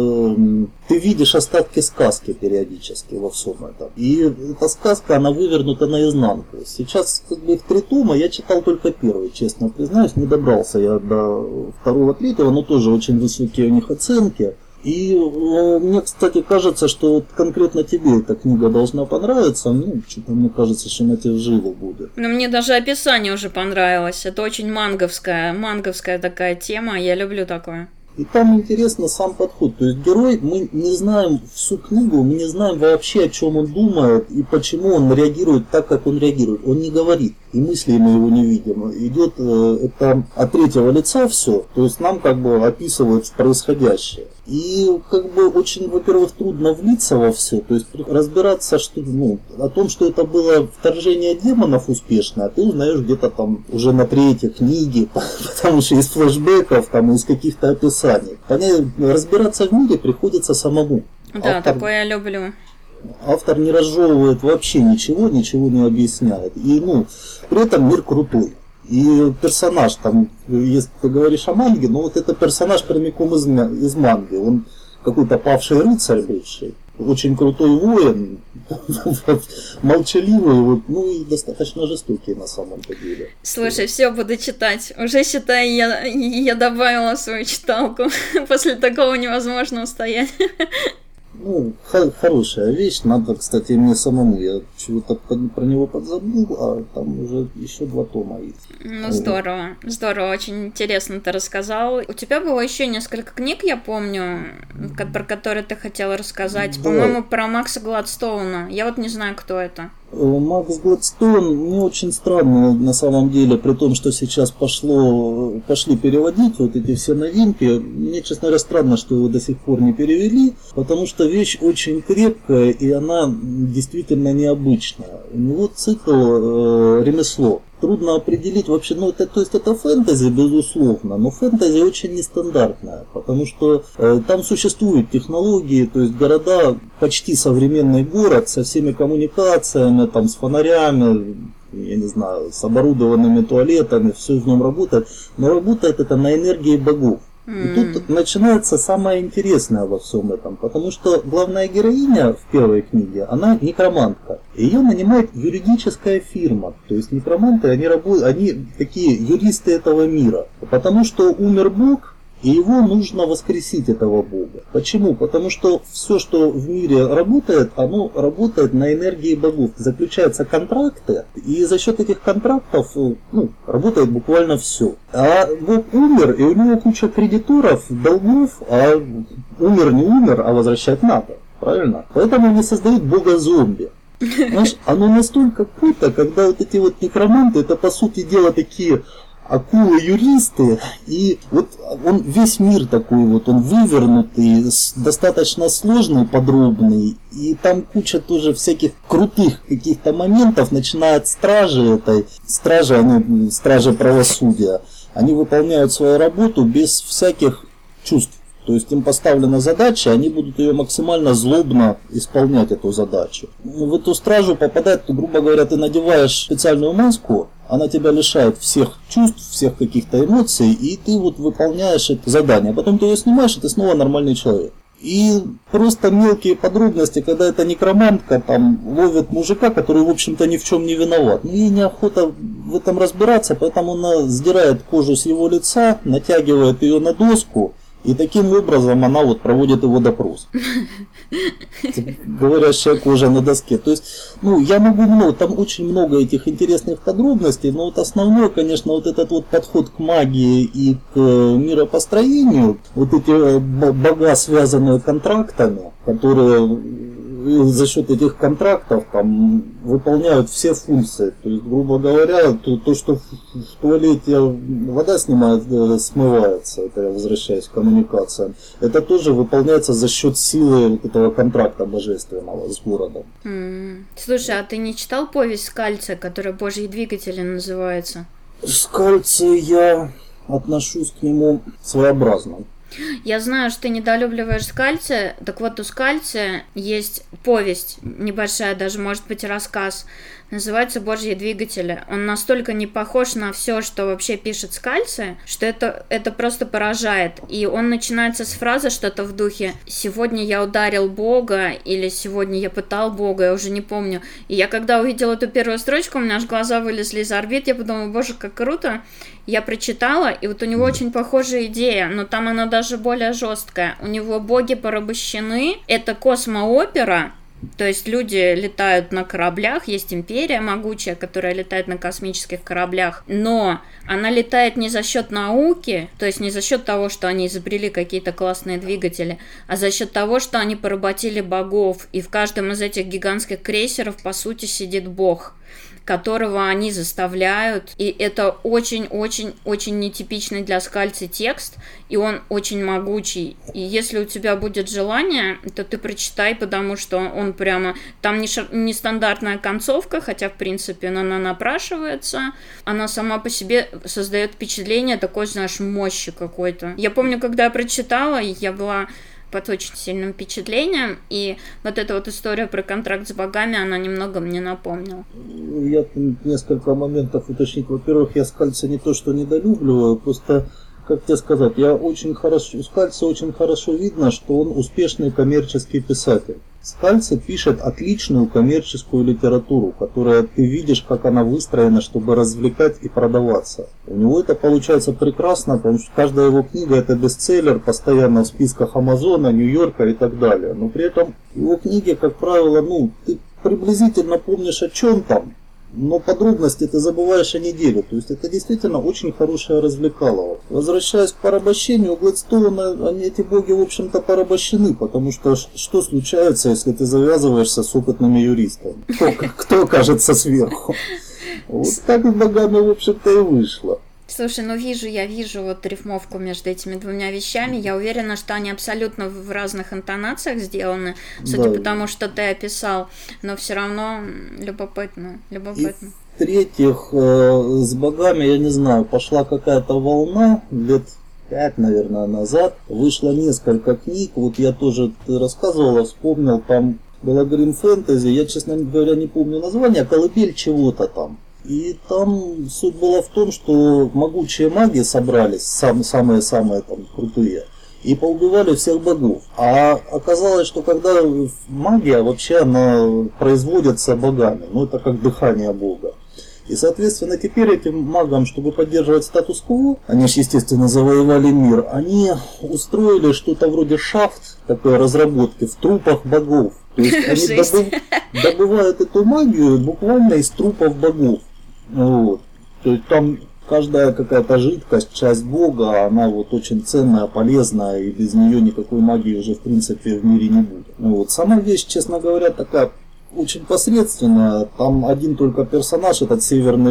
э, ты видишь остатки сказки периодически во всем этом. И эта сказка, она вывернута наизнанку. Сейчас как бы их три тома, я читал только первый, честно признаюсь, не добрался я до второго, третьего, но тоже очень высокие у них оценки. И э, мне, кстати, кажется, что вот конкретно тебе эта книга должна понравиться. Ну, что-то мне кажется, что она тебе в живо будет. Но мне даже описание уже понравилось. Это очень манговская, манговская такая тема. Я люблю такое. И там интересно сам подход. То есть герой, мы не знаем всю книгу, мы не знаем вообще, о чем он думает и почему он реагирует так, как он реагирует. Он не говорит, и мысли мы его не видим. Идет э, это от третьего лица все, то есть нам как бы описывают происходящее. И как бы очень, во-первых, трудно влиться во все, то есть разбираться, что, ну, о том, что это было вторжение демонов успешное, ты узнаешь где-то там уже на третьей книге, потому что из флешбеков, там, из каких-то описаний. Понять, разбираться в мире приходится самому. Да, автор, такое я люблю. Автор не разжевывает вообще ничего, ничего не объясняет. И, ну, при этом мир крутой. И персонаж, там, если ты говоришь о манге, ну вот это персонаж прямиком из, из манги. Он какой-то павший рыцарь бывший, очень крутой воин, молчаливый, вот, ну и достаточно жестокий на самом-то деле. Слушай, все, буду читать. Уже, считай, я, я добавила свою читалку. После такого невозможно устоять. Ну, х- хорошая вещь, надо, кстати, мне самому, я чего-то про него подзабыл, а там уже еще два тома есть. Ну, здорово, здорово, очень интересно ты рассказал. У тебя было еще несколько книг, я помню, про которые ты хотела рассказать, да. По-моему, про Макса Гладстоуна, я вот не знаю, кто это. Макс Гладстоун не очень странно на самом деле, при том, что сейчас пошло, пошли переводить вот эти все новинки. Мне, честно говоря, странно, что его до сих пор не перевели, потому что вещь очень крепкая и она действительно необычная. У него цикл э, «Ремесло». Трудно определить вообще, ну это, то есть это фэнтези, безусловно, но фэнтези очень нестандартное, потому что э, там существуют технологии, то есть города, почти современный город со всеми коммуникациями, там с фонарями, я не знаю, с оборудованными туалетами, все в нем работает, но работает это на энергии богов. И тут начинается самое интересное во всем этом, потому что главная героиня в первой книге, она некромантка. Ее нанимает юридическая фирма, то есть некроманты, они, работают, они такие юристы этого мира, потому что умер бог, и его нужно воскресить, этого бога. Почему? Потому что все, что в мире работает, оно работает на энергии богов. Заключаются контракты, и за счет этих контрактов ну, работает буквально все. А бог умер, и у него куча кредиторов, долгов, а умер не умер, а возвращать надо. Правильно? Поэтому они создают бога-зомби. Знаешь, оно настолько круто, когда вот эти вот некроманты, это по сути дела такие акулы-юристы, и вот он весь мир такой вот, он вывернутый, достаточно сложный, подробный, и там куча тоже всяких крутых каких-то моментов, начиная от стражи этой, стражи, они, стражи правосудия, они выполняют свою работу без всяких чувств. То есть им поставлена задача, они будут ее максимально злобно исполнять, эту задачу. В эту стражу попадает, грубо говоря, ты надеваешь специальную маску, она тебя лишает всех чувств, всех каких-то эмоций, и ты вот выполняешь это задание. Потом ты ее снимаешь, и ты снова нормальный человек. И просто мелкие подробности, когда эта некромантка там ловит мужика, который, в общем-то, ни в чем не виноват. Но ей неохота в этом разбираться, поэтому она сдирает кожу с его лица, натягивает ее на доску, и таким образом она вот проводит его допрос. Говорящая кожа на доске. То есть, ну, я могу много, там очень много этих интересных подробностей, но вот основное, конечно, вот этот вот подход к магии и к миропостроению, вот эти бога, связанные контрактами, которые за счет этих контрактов там выполняют все функции. То есть, грубо говоря, то, то что в, в туалете вода снимает, смывается, это я возвращаюсь к коммуникациям, это тоже выполняется за счет силы вот этого контракта божественного с городом. Mm. Слушай, а ты не читал повесть Скальция, которая «Божьи двигатели» называется? Скальция, я отношусь к нему своеобразно. Я знаю, что ты недолюбливаешь Скальция. Так вот, у Скальция есть повесть, небольшая даже, может быть, рассказ. Называется «Божьи двигатели». Он настолько не похож на все, что вообще пишет Скальция, что это, это просто поражает. И он начинается с фразы что-то в духе «Сегодня я ударил Бога» или «Сегодня я пытал Бога», я уже не помню. И я когда увидела эту первую строчку, у меня аж глаза вылезли из орбит, я подумала, боже, как круто. Я прочитала, и вот у него очень похожая идея, но там она даже более жесткая. У него боги порабощены, это космоопера. То есть люди летают на кораблях, есть империя могучая, которая летает на космических кораблях, но она летает не за счет науки, то есть не за счет того, что они изобрели какие-то классные двигатели, а за счет того, что они поработили богов, и в каждом из этих гигантских крейсеров, по сути, сидит бог, которого они заставляют, и это очень-очень-очень нетипичный для Скальца текст, и он очень могучий, и если у тебя будет желание, то ты прочитай, потому что он прямо, там не, ша... не стандартная концовка, хотя в принципе она напрашивается, она сама по себе создает впечатление такой, знаешь, мощи какой-то. Я помню, когда я прочитала, я была под очень сильным впечатлением, и вот эта вот история про контракт с богами, она немного мне напомнила. Я несколько моментов уточнить. Во-первых, я Скальца не то что недолюбливаю, просто, как тебе сказать, я очень хорошо, у Скальца очень хорошо видно, что он успешный коммерческий писатель. Скальца пишет отличную коммерческую литературу, которая ты видишь, как она выстроена, чтобы развлекать и продаваться. У него это получается прекрасно, потому что каждая его книга это бестселлер, постоянно в списках Амазона, Нью-Йорка и так далее. Но при этом его книги, как правило, ну, ты приблизительно помнишь, о чем там, но подробности ты забываешь о неделе. То есть это действительно очень хорошее развлекалово. Возвращаясь к порабощению, у Гладстоуна они, эти боги, в общем-то, порабощены, потому что что случается, если ты завязываешься с опытными юристами? Кто, кто окажется сверху? Вот так с богами, в общем-то, и вышло. Слушай, ну вижу, я вижу вот рифмовку между этими двумя вещами. Я уверена, что они абсолютно в разных интонациях сделаны, судя да. по тому, что ты описал. Но все равно любопытно, любопытно. И в-третьих, с богами, я не знаю, пошла какая-то волна лет пять, наверное, назад. Вышло несколько книг. Вот я тоже рассказывала, вспомнил, там была Грин Фэнтези. Я, честно говоря, не помню название, колыбель чего-то там. И там суть была в том, что могучие маги собрались, сам, самые-самые там крутые, и поубивали всех богов. А оказалось, что когда магия вообще она производится богами, ну это как дыхание бога. И, соответственно, теперь этим магам, чтобы поддерживать статус-кво, они же, естественно, завоевали мир, они устроили что-то вроде шахт, такой разработки, в трупах богов. То есть они добыв... добывают эту магию буквально из трупов богов. Вот. То есть там каждая какая-то жидкость, часть бога, она вот очень ценная, полезная, и без нее никакой магии уже в принципе в мире не будет. Вот. Сама вещь, честно говоря, такая очень посредственная. Там один только персонаж, этот северный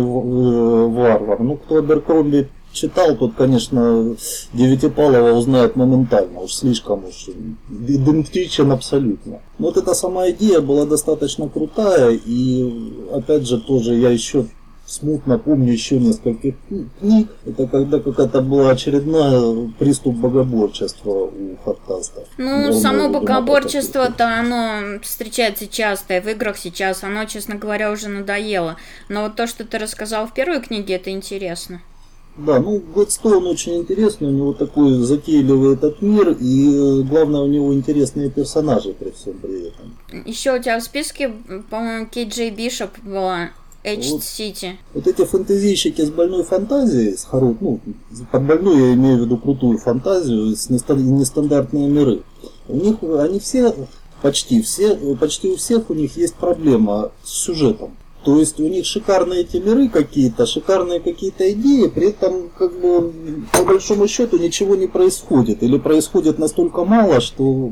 варвар. Ну, кто Аберкромби читал, тот, конечно, Девятипалова узнает моментально, уж слишком уж идентичен абсолютно. Но вот эта сама идея была достаточно крутая, и опять же тоже я еще смутно помню еще несколько книг. Это когда какая-то была очередная приступ богоборчества у фантастов. Ну, само богоборчество-то оно встречается часто, и в играх сейчас оно, честно говоря, уже надоело. Но вот то, что ты рассказал в первой книге, это интересно. Да, ну Гладстоун очень интересный, у него такой затейливый этот мир, и главное, у него интересные персонажи при всем при этом. Еще у тебя в списке, по-моему, Кей Джей Бишоп была, Эйдж Сити. Вот, вот эти фэнтезийщики с больной фантазией, с хоро... ну, под больной я имею в виду крутую фантазию, с нестандартные миры, у них, они все, почти все, почти у всех у них есть проблема с сюжетом. То есть у них шикарные эти миры какие-то, шикарные какие-то идеи, при этом, как бы, по большому счету ничего не происходит. Или происходит настолько мало, что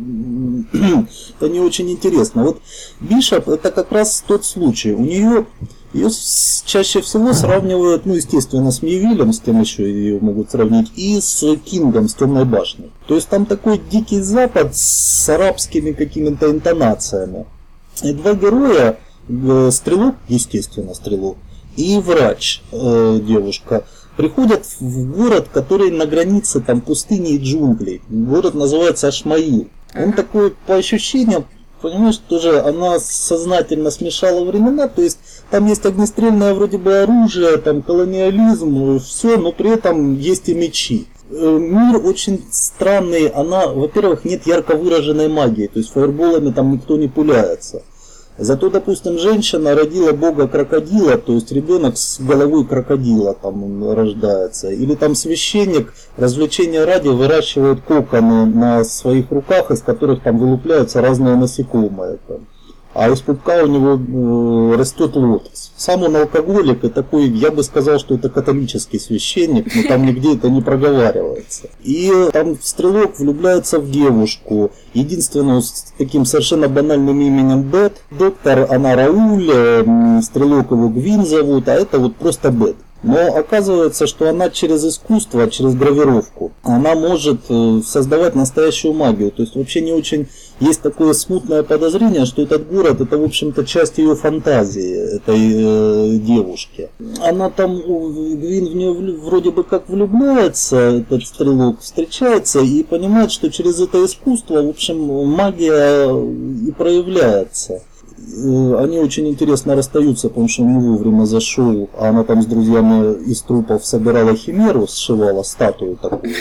это не очень интересно. Вот Бишоп это как раз тот случай. У нее ее чаще всего сравнивают, ну, естественно, с Мьювиллем, с кем еще ее могут сравнить, и с Кингом, с Темной башней. То есть там такой дикий запад с арабскими какими-то интонациями. И два героя, стрелок, естественно, стрелок, и врач, э, девушка, приходят в город, который на границе там пустыни и джунглей. Город называется Ашмаил. Он такой, по ощущениям, понимаешь, тоже она сознательно смешала времена, то есть там есть огнестрельное вроде бы оружие, там колониализм, все, но при этом есть и мечи. Мир очень странный, она, во-первых, нет ярко выраженной магии, то есть фаерболами там никто не пуляется. Зато, допустим, женщина родила бога крокодила, то есть ребенок с головой крокодила там рождается. Или там священник, развлечения ради, выращивает коконы на своих руках, из которых там вылупляются разные насекомые. Там. А из пупка у него э, растет лотос. Сам он алкоголик и такой, я бы сказал, что это католический священник, но там нигде это не проговаривается. И там стрелок влюбляется в девушку, единственную с таким совершенно банальным именем Бет. Доктор, она Рауль, э, стрелок его Гвин зовут, а это вот просто Бет. Но оказывается, что она через искусство, через гравировку, она может создавать настоящую магию. То есть вообще не очень есть такое смутное подозрение, что этот город это, в общем-то, часть ее фантазии, этой э, девушки. Она там, Гвин в нее вроде бы как влюбляется, этот стрелок встречается и понимает, что через это искусство, в общем, магия и проявляется. Они очень интересно расстаются, потому что он не вовремя зашел, а она там с друзьями из трупов собирала химеру, сшивала статую такую,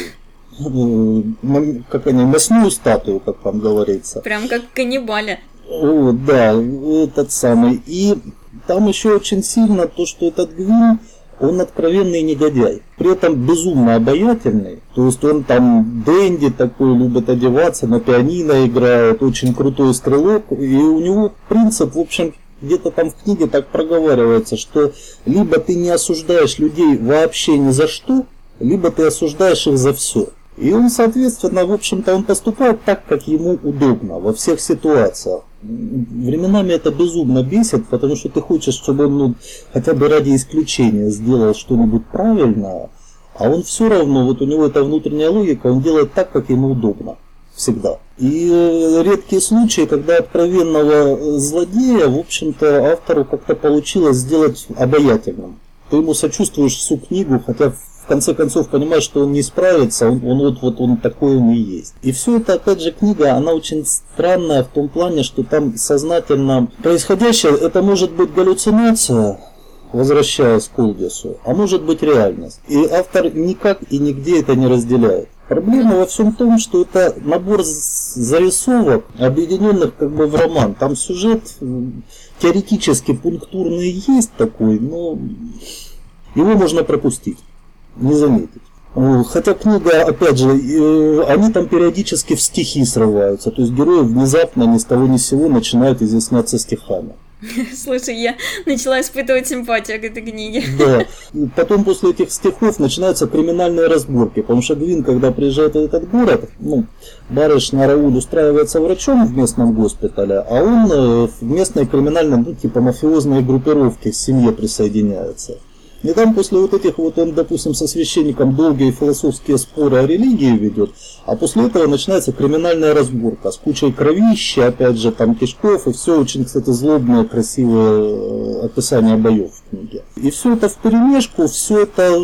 как они, мясную статую, как там говорится. Прям как каннибали. О, да, этот самый. И там еще очень сильно то, что этот Гвин, он откровенный негодяй, при этом безумно обаятельный, то есть он там дэнди такой, любит одеваться, на пианино играет, очень крутой стрелок, и у него принцип, в общем, где-то там в книге так проговаривается, что либо ты не осуждаешь людей вообще ни за что, либо ты осуждаешь их за все. И он, соответственно, в общем-то, он поступает так, как ему удобно, во всех ситуациях. Временами это безумно бесит, потому что ты хочешь, чтобы он, ну, хотя бы ради исключения сделал что-нибудь правильное, а он все равно, вот у него эта внутренняя логика, он делает так, как ему удобно. Всегда. И редкие случаи, когда откровенного злодея, в общем-то, автору как-то получилось сделать обаятельным. Ты ему сочувствуешь всю книгу, хотя в конце концов понимаешь, что он не справится, он, он вот, вот он такой он и есть. И все это, опять же, книга, она очень странная в том плане, что там сознательно происходящее, это может быть галлюцинация, возвращаясь к Олдису, а может быть реальность. И автор никак и нигде это не разделяет. Проблема во всем том, что это набор зарисовок, объединенных как бы в роман. Там сюжет теоретически пунктурный есть такой, но его можно пропустить, не заметить. Хотя книга, опять же, они там периодически в стихи срываются. То есть герои внезапно ни с того ни с сего начинают изъясняться стихами. Слушай, я начала испытывать симпатию к этой книге. Да. Потом после этих стихов начинаются криминальные разборки. Потому что Гвин, когда приезжает в этот город, ну, барышня Рауль устраивается врачом в местном госпитале, а он в местной криминальной, ну, типа мафиозной группировке к семье присоединяется. И там после вот этих вот он, допустим, со священником долгие философские споры о религии ведет, а после этого начинается криминальная разборка с кучей кровища, опять же, там кишков, и все очень, кстати, злобное, красивое описание боев в книге. И все это вперемешку, все это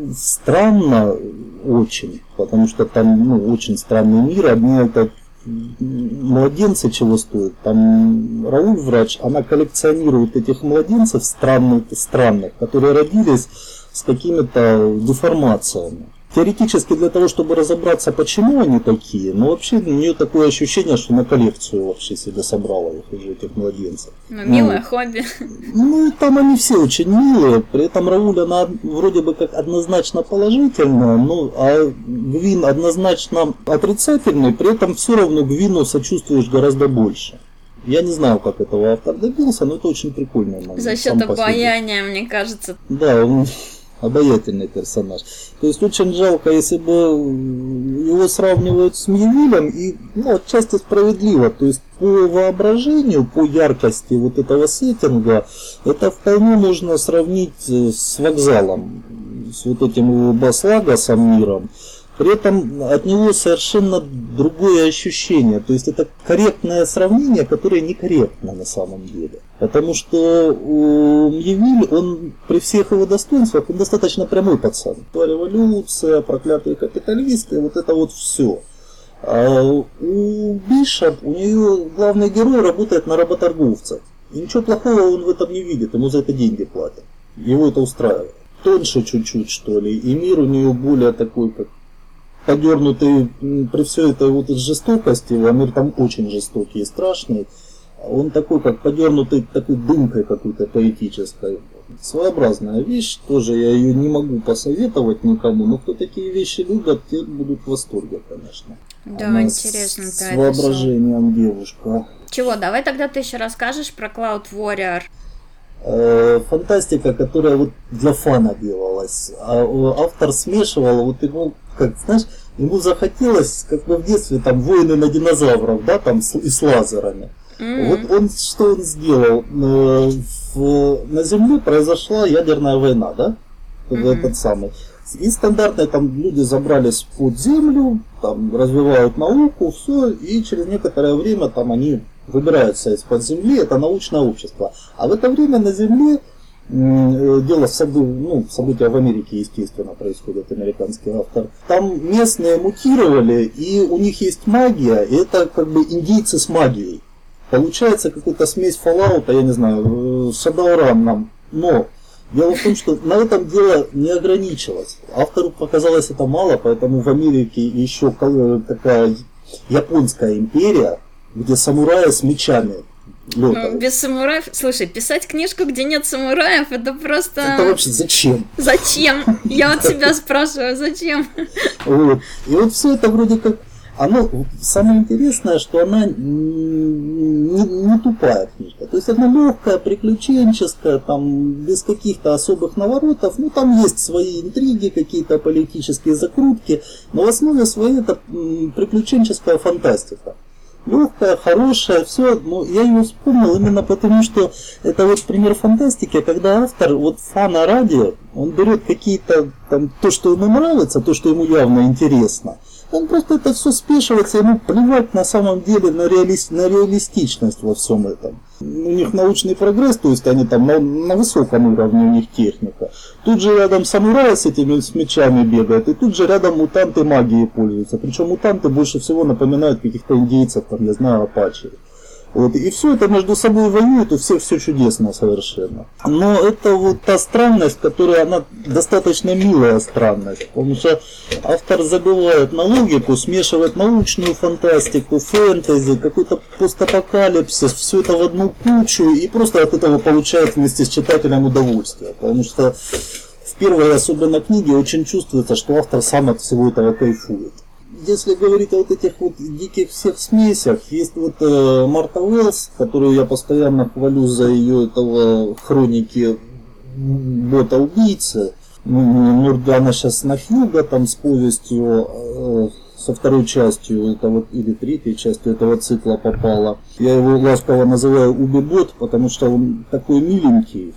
странно очень, потому что там, ну, очень странный мир, одни это младенцы чего стоят. Там Рауль, врач, она коллекционирует этих младенцев странных, странных, которые родились с какими-то деформациями. Теоретически для того, чтобы разобраться, почему они такие, но вообще у нее такое ощущение, что на коллекцию вообще себе собрала их уже, этих младенцев. Ну, милое ну, хобби. Ну, там они все очень милые, при этом Рауль, она вроде бы как однозначно положительная, ну, а Гвин однозначно отрицательный, при этом все равно Гвину сочувствуешь гораздо больше. Я не знаю, как этого автор добился, но это очень прикольно. За счет обаяния, мне кажется. Да, он обаятельный персонаж. То есть очень жалко, если бы его сравнивают с Мьявилем, и ну, отчасти справедливо. То есть по воображению, по яркости вот этого сеттинга, это вполне можно сравнить с Вокзалом, с вот этим его Бас-Лагосом миром. При этом от него совершенно другое ощущение. То есть это корректное сравнение, которое некорректно на самом деле. Потому что Мьявиль, он при всех его достоинствах, он достаточно прямой пацан. Революция, проклятые капиталисты, вот это вот все. А у Бишоп, у нее главный герой работает на работорговца. И ничего плохого он в этом не видит, ему за это деньги платят. Его это устраивает. Тоньше чуть-чуть, что ли, и мир у нее более такой, как подернутый при всей этой вот жестокости, а мир там очень жестокий и страшный, он такой, как подернутый такой дымкой какой-то поэтической. Своеобразная вещь, тоже я ее не могу посоветовать никому, но кто такие вещи любят, те будут в восторге, конечно. Да, Она интересно. С, да, с воображением девушка. Чего, давай тогда ты еще расскажешь про Cloud Warrior. Фантастика, которая вот для фана делалась. А автор смешивал, вот ему, как знаешь, ему захотелось, как бы в детстве, там, войны на динозавров, да, там, с, и с лазерами. Mm-hmm. Вот он, что он сделал? В, на Земле произошла ядерная война, да? Mm-hmm. Этот самый. И стандартные там люди забрались под землю, там, развивают науку, все, и через некоторое время там они выбираются из-под земли, это научное общество. А в это время на Земле дело в события, ну, события в Америке, естественно, происходит, американский автор. Там местные мутировали, и у них есть магия, и это как бы индийцы с магией. Получается какая-то смесь Fallout, я не знаю, с Shadowrun. Но дело в том, что на этом дело не ограничилось. Автору показалось это мало, поэтому в Америке еще такая японская империя, где самураи с мечами летают. Ну, без самураев... Слушай, писать книжку, где нет самураев, это просто... Это вообще зачем? Зачем? Я вот себя спрашиваю, зачем? Вот. И вот все это вроде как... Оно, самое интересное, что она не, не тупая книжка. То есть она легкая, приключенческая, там, без каких-то особых наворотов. Ну, там есть свои интриги, какие-то политические закрутки. Но в основе своей это приключенческая фантастика. Легкая, хорошая, все, но я ее вспомнил именно потому, что это вот пример фантастики, когда автор, вот фана ради, он берет какие-то там, то, что ему нравится, то, что ему явно интересно, он просто это все спешивается, ему плевать на самом деле на, реали... на реалистичность во всем этом. У них научный прогресс, то есть они там на, на высоком уровне, у них техника. Тут же рядом самураи с этими с мечами бегают, и тут же рядом мутанты магией пользуются. Причем мутанты больше всего напоминают каких-то индейцев, там, я знаю, апачи. Вот, и все это между собой воюет, у всех все чудесно совершенно. Но это вот та странность, которая, она достаточно милая странность, потому что автор забивает на логику, смешивает научную фантастику, фэнтези, какой-то постапокалипсис, все это в одну кучу, и просто от этого получает вместе с читателем удовольствие. Потому что в первой особенно книге очень чувствуется, что автор сам от всего этого кайфует. Если говорить о вот этих вот диких всех смесях, есть вот э, Марта Уэллс, которую я постоянно хвалю за ее этого хроники бота-убийцы. Ну, она сейчас на Хьюго там с повестью, э, со второй частью, это вот, или третьей частью этого цикла попала. Я его ласково называю Уби-бот, потому что он такой миленький,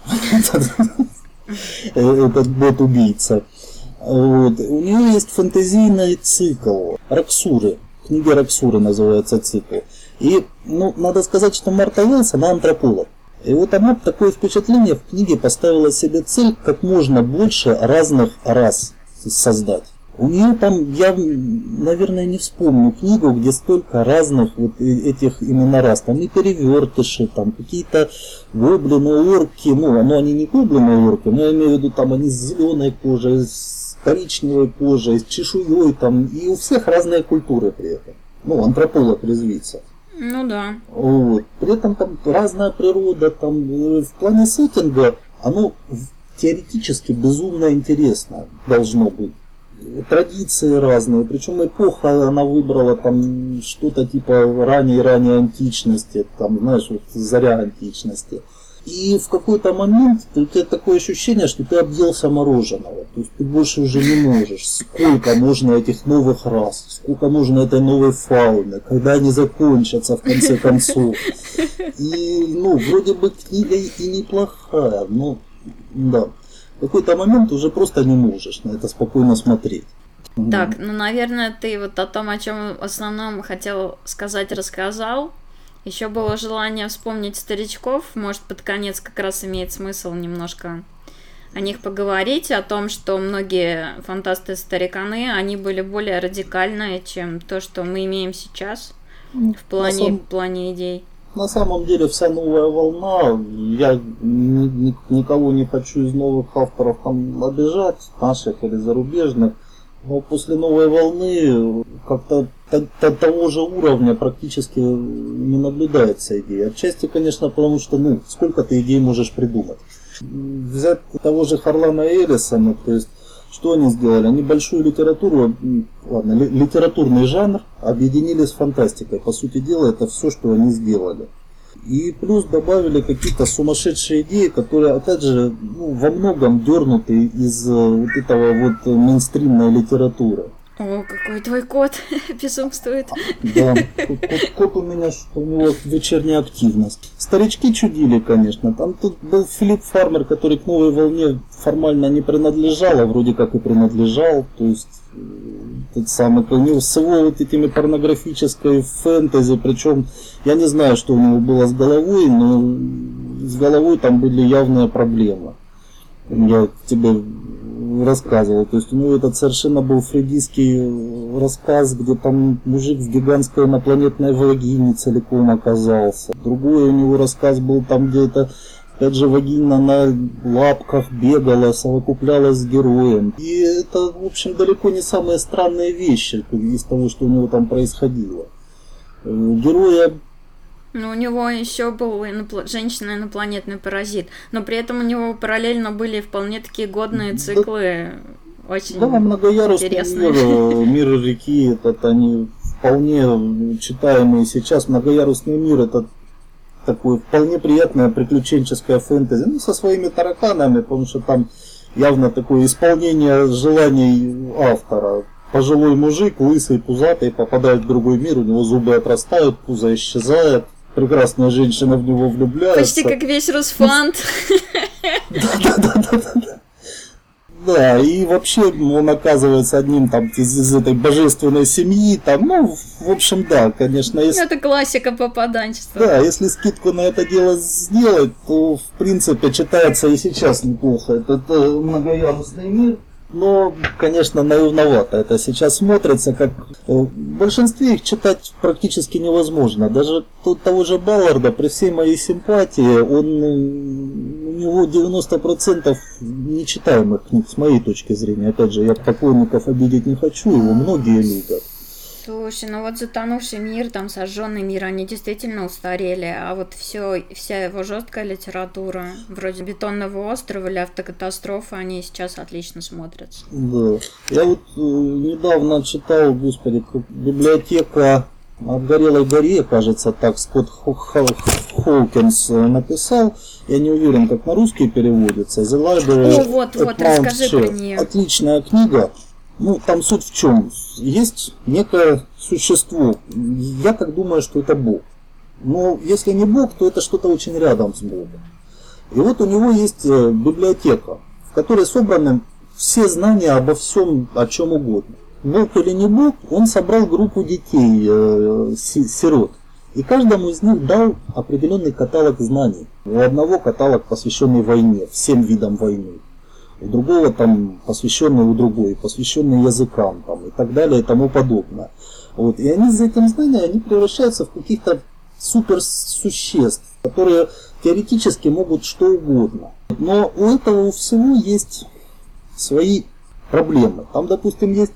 этот бот-убийца. Вот. У нее есть фэнтезийный цикл Роксуры. Книга Роксуры называется цикл. И ну, надо сказать, что Марта Уэллс, она антрополог. И вот она такое впечатление в книге поставила себе цель как можно больше разных рас создать. У нее там, я, наверное, не вспомню книгу, где столько разных вот этих именно рас. Там и перевертыши, там какие-то гоблины, орки. Ну, ну, они не гоблины, орки, но я имею в виду, там они с зеленой кожей, с коричневой кожей, с чешуей, там, и у всех разные культуры при этом. Ну, антрополог резвится. Ну да. Вот. При этом там разная природа, там в плане сеттинга оно теоретически безумно интересно должно быть. Традиции разные, причем эпоха она выбрала там что-то типа ранней-ранней античности, там, знаешь, вот заря античности. И в какой-то момент у тебя такое ощущение, что ты объелся мороженого. То есть ты больше уже не можешь. Сколько можно этих новых рас, сколько можно этой новой фауны, когда они закончатся в конце концов. И, ну, вроде бы книга и неплохая, но, да. В какой-то момент уже просто не можешь на это спокойно смотреть. Так, ну, наверное, ты вот о том, о чем в основном хотел сказать, рассказал. Еще было желание вспомнить старичков. Может, под конец как раз имеет смысл немножко о них поговорить, о том, что многие фантасты-стариканы, они были более радикальные, чем то, что мы имеем сейчас в плане, самом... в плане идей. На самом деле вся новая волна, я ни, ни, никого не хочу из новых авторов там обижать, наших или зарубежных, но после новой волны как-то того же уровня практически не наблюдается идея. Отчасти, конечно, потому что, ну, сколько ты идей можешь придумать. Взять того же Харлана Эллисона, то есть, что они сделали? Они большую литературу, ладно, ли, литературный жанр объединили с фантастикой. По сути дела, это все, что они сделали. И плюс добавили какие-то сумасшедшие идеи, которые, опять же, ну, во многом дернуты из вот этого вот мейнстримной литературы. О, какой твой кот безумствует. Да, кот, кот у меня, что у него вечерняя активность. Старички чудили, конечно. Там тут был Филипп Фармер, который к новой волне формально не принадлежал, а вроде как и принадлежал. То есть, тот самый, у него с его вот этими порнографической фэнтези, причем я не знаю, что у него было с головой, но с головой там были явные проблемы. Я тебе рассказывал. То есть у него этот совершенно был фрейдистский рассказ, где там мужик в гигантской инопланетной вагине целиком оказался. Другой у него рассказ был там, где это, опять же, вагина на лапках бегала, совокуплялась с героем. И это, в общем, далеко не самые странные вещи из того, что у него там происходило. Героя... Ну, у него еще был инопл... женщина-инопланетный паразит, но при этом у него параллельно были вполне такие годные циклы, да, очень да, многоярусный интересные. Мир, мир реки, это они вполне читаемые сейчас. Многоярусный мир — это такое вполне приятное приключенческое фэнтези, ну, со своими тараканами, потому что там явно такое исполнение желаний автора. Пожилой мужик, лысый, пузатый, попадает в другой мир, у него зубы отрастают, пузо исчезает. Прекрасная женщина в него влюбляется. Почти как весь Русфант. Да-да-да. Да, и вообще он оказывается одним там из, из этой божественной семьи. Там, ну, в общем, да, конечно. Если... Это классика попаданчества. Да, если скидку на это дело сделать, то, в принципе, читается и сейчас неплохо. Это, это многоярусный мир. Но, конечно, наивновато это сейчас смотрится, как в большинстве их читать практически невозможно. Даже того же Балларда, при всей моей симпатии, он, у него девяносто процентов нечитаемых книг, с моей точки зрения. Опять же, я поклонников обидеть не хочу, его многие любят. Слушай, ну вот «Затонувший мир», там «Сожженный мир», они действительно устарели, а вот все, вся его жесткая литература, вроде «Бетонного острова» или «Автокатастрофы», они сейчас отлично смотрятся. Да. Я вот э, недавно читал, господи, библиотека «От горелой горе», кажется, так Скотт Хоукинс написал. Я не уверен, как на русский переводится. The Library О, вот, вот, расскажи про нее. Отличная книга. Ну, там суть в чем? Есть некое существо. Я так думаю, что это Бог. Но если не Бог, то это что-то очень рядом с Богом. И вот у него есть библиотека, в которой собраны все знания обо всем, о чем угодно. Бог или не Бог, он собрал группу детей, сирот. И каждому из них дал определенный каталог знаний. У одного каталог, посвященный войне, всем видам войны. у другого там посвященный у другой, посвященный языкам там, и так далее и тому подобное. Вот. И они за этим знанием они превращаются в каких-то суперсуществ, которые теоретически могут что угодно. Но у этого у всего есть свои проблемы. Там, допустим, есть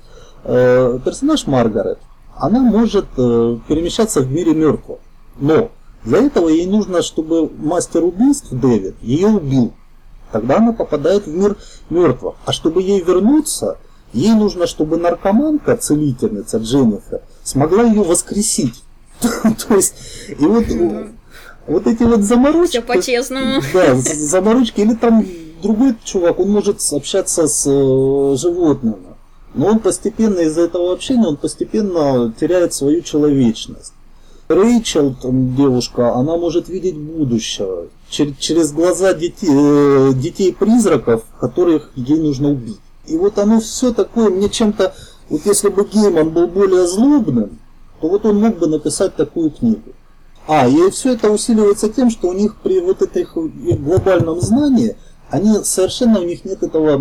э, персонаж Маргарет. Она может э, перемещаться в мире мертвых. Но для этого ей нужно, чтобы мастер убийств Дэвид ее убил. Тогда она попадает в мир мертвых. А чтобы ей вернуться, ей нужно, чтобы наркоманка, целительница Дженнифер, смогла ее воскресить. То есть, и вот, вот эти вот заморочки. Все по-честному. Да, заморочки. Или там другой чувак, он может общаться с животными. Но он постепенно, из-за этого общения, он постепенно теряет свою человечность. Рэйчел, там, девушка, она может видеть будущее через, через глаза детей, детей-призраков, которых ей нужно убить. И вот оно все такое, мне чем-то, вот если бы Гейман был более злобным, то вот он мог бы написать такую книгу. А, и все это усиливается тем, что у них при вот этой их глобальном знании, они совершенно, у них нет этого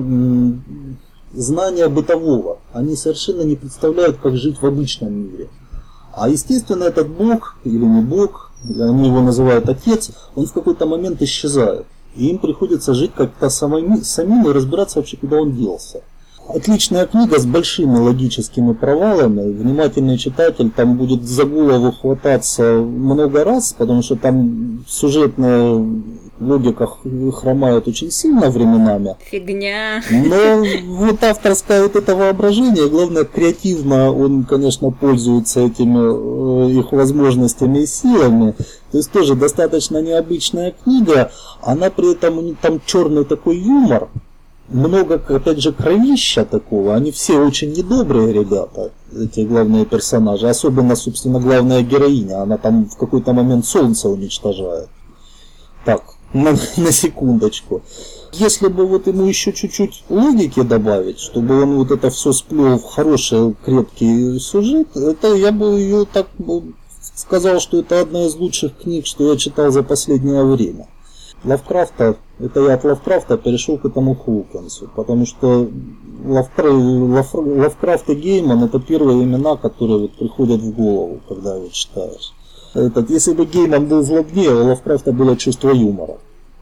м, знания бытового. Они совершенно не представляют, как жить в обычном мире. А естественно этот бог, или не бог, они его называют отец, он в какой-то момент исчезает. И им приходится жить как-то самим, самим и разбираться вообще, куда он делся. Отличная книга с большими логическими провалами. Внимательный читатель там будет за голову хвататься много раз, потому что там сюжетная логика хромает очень сильно временами. Фигня. Но вот авторское вот это воображение, главное, креативно он, конечно, пользуется этими их возможностями и силами. То есть тоже достаточно необычная книга. Она при этом, там черный такой юмор. Много, опять же, кровища такого. Они все очень недобрые ребята, эти главные персонажи. Особенно, собственно, главная героиня. Она там в какой-то момент солнце уничтожает. Так, на, на секундочку. Если бы вот ему еще чуть-чуть логики добавить, чтобы он вот это все сплел в хороший, крепкий сюжет, это я бы ее так сказал, что это одна из лучших книг, что я читал за последнее время. Лавкрафта, это я от Лавкрафта перешел к этому Хоукинсу, потому что Лавкрафт, Лав, Лавкрафт и Гейман это первые имена, которые вот приходят в голову, когда его читаешь. Этот, если бы Гейман был злобнее, у Лавкрафта было чувство юмора.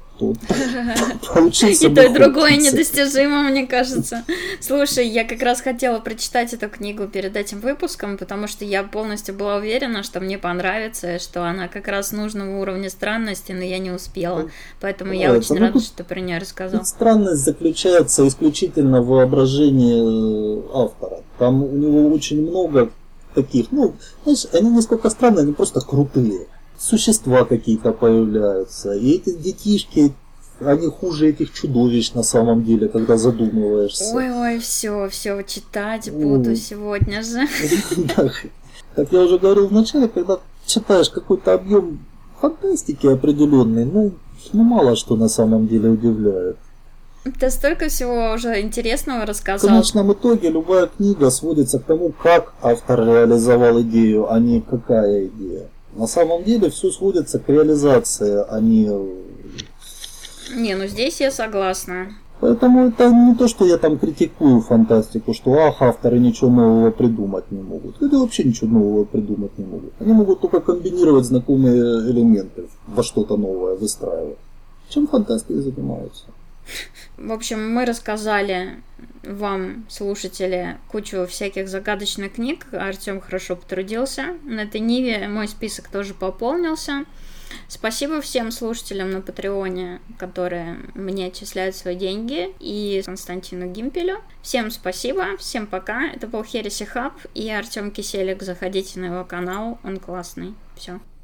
И то, и другое недостижимо, мне кажется. Слушай, я как раз хотела прочитать эту книгу перед этим выпуском, потому что я полностью была уверена, что мне понравится, что она как раз нужного уровня странности, но я не успела. Поэтому я а, очень рада, что ты про нее рассказал. Странность заключается исключительно в воображении автора. Там у него очень много таких, ну, знаешь, они не сколько странные, они просто крутые. Существа какие-то появляются. И эти детишки, они хуже этих чудовищ на самом деле, когда задумываешься. Ой-ой, все, все, читать буду сегодня же. Как я уже говорил вначале, когда читаешь какой-то объем фантастики определенный, ну, ну мало что на самом деле удивляет. Ты столько всего уже интересного рассказал. В конечном итоге любая книга сводится к тому, как автор реализовал идею, а не какая идея. На самом деле все сводится к реализации, а не... Не, ну здесь я согласна. Поэтому это не то, что я там критикую фантастику, что ах, авторы ничего нового придумать не могут. Это вообще ничего нового придумать не могут. Они могут только комбинировать знакомые элементы, во что-то новое выстраивать. Чем фантастики занимаются? В общем, мы рассказали вам, слушатели, кучу всяких загадочных книг. Артём хорошо потрудился. На этой ниве мой список тоже пополнился. Спасибо всем слушателям на Патреоне, которые мне отчисляют свои деньги, и Константину Гимпелю. Всем спасибо, всем пока. Это был Хереси Хаб и Артём Киселек. Заходите на его канал, он классный. Все.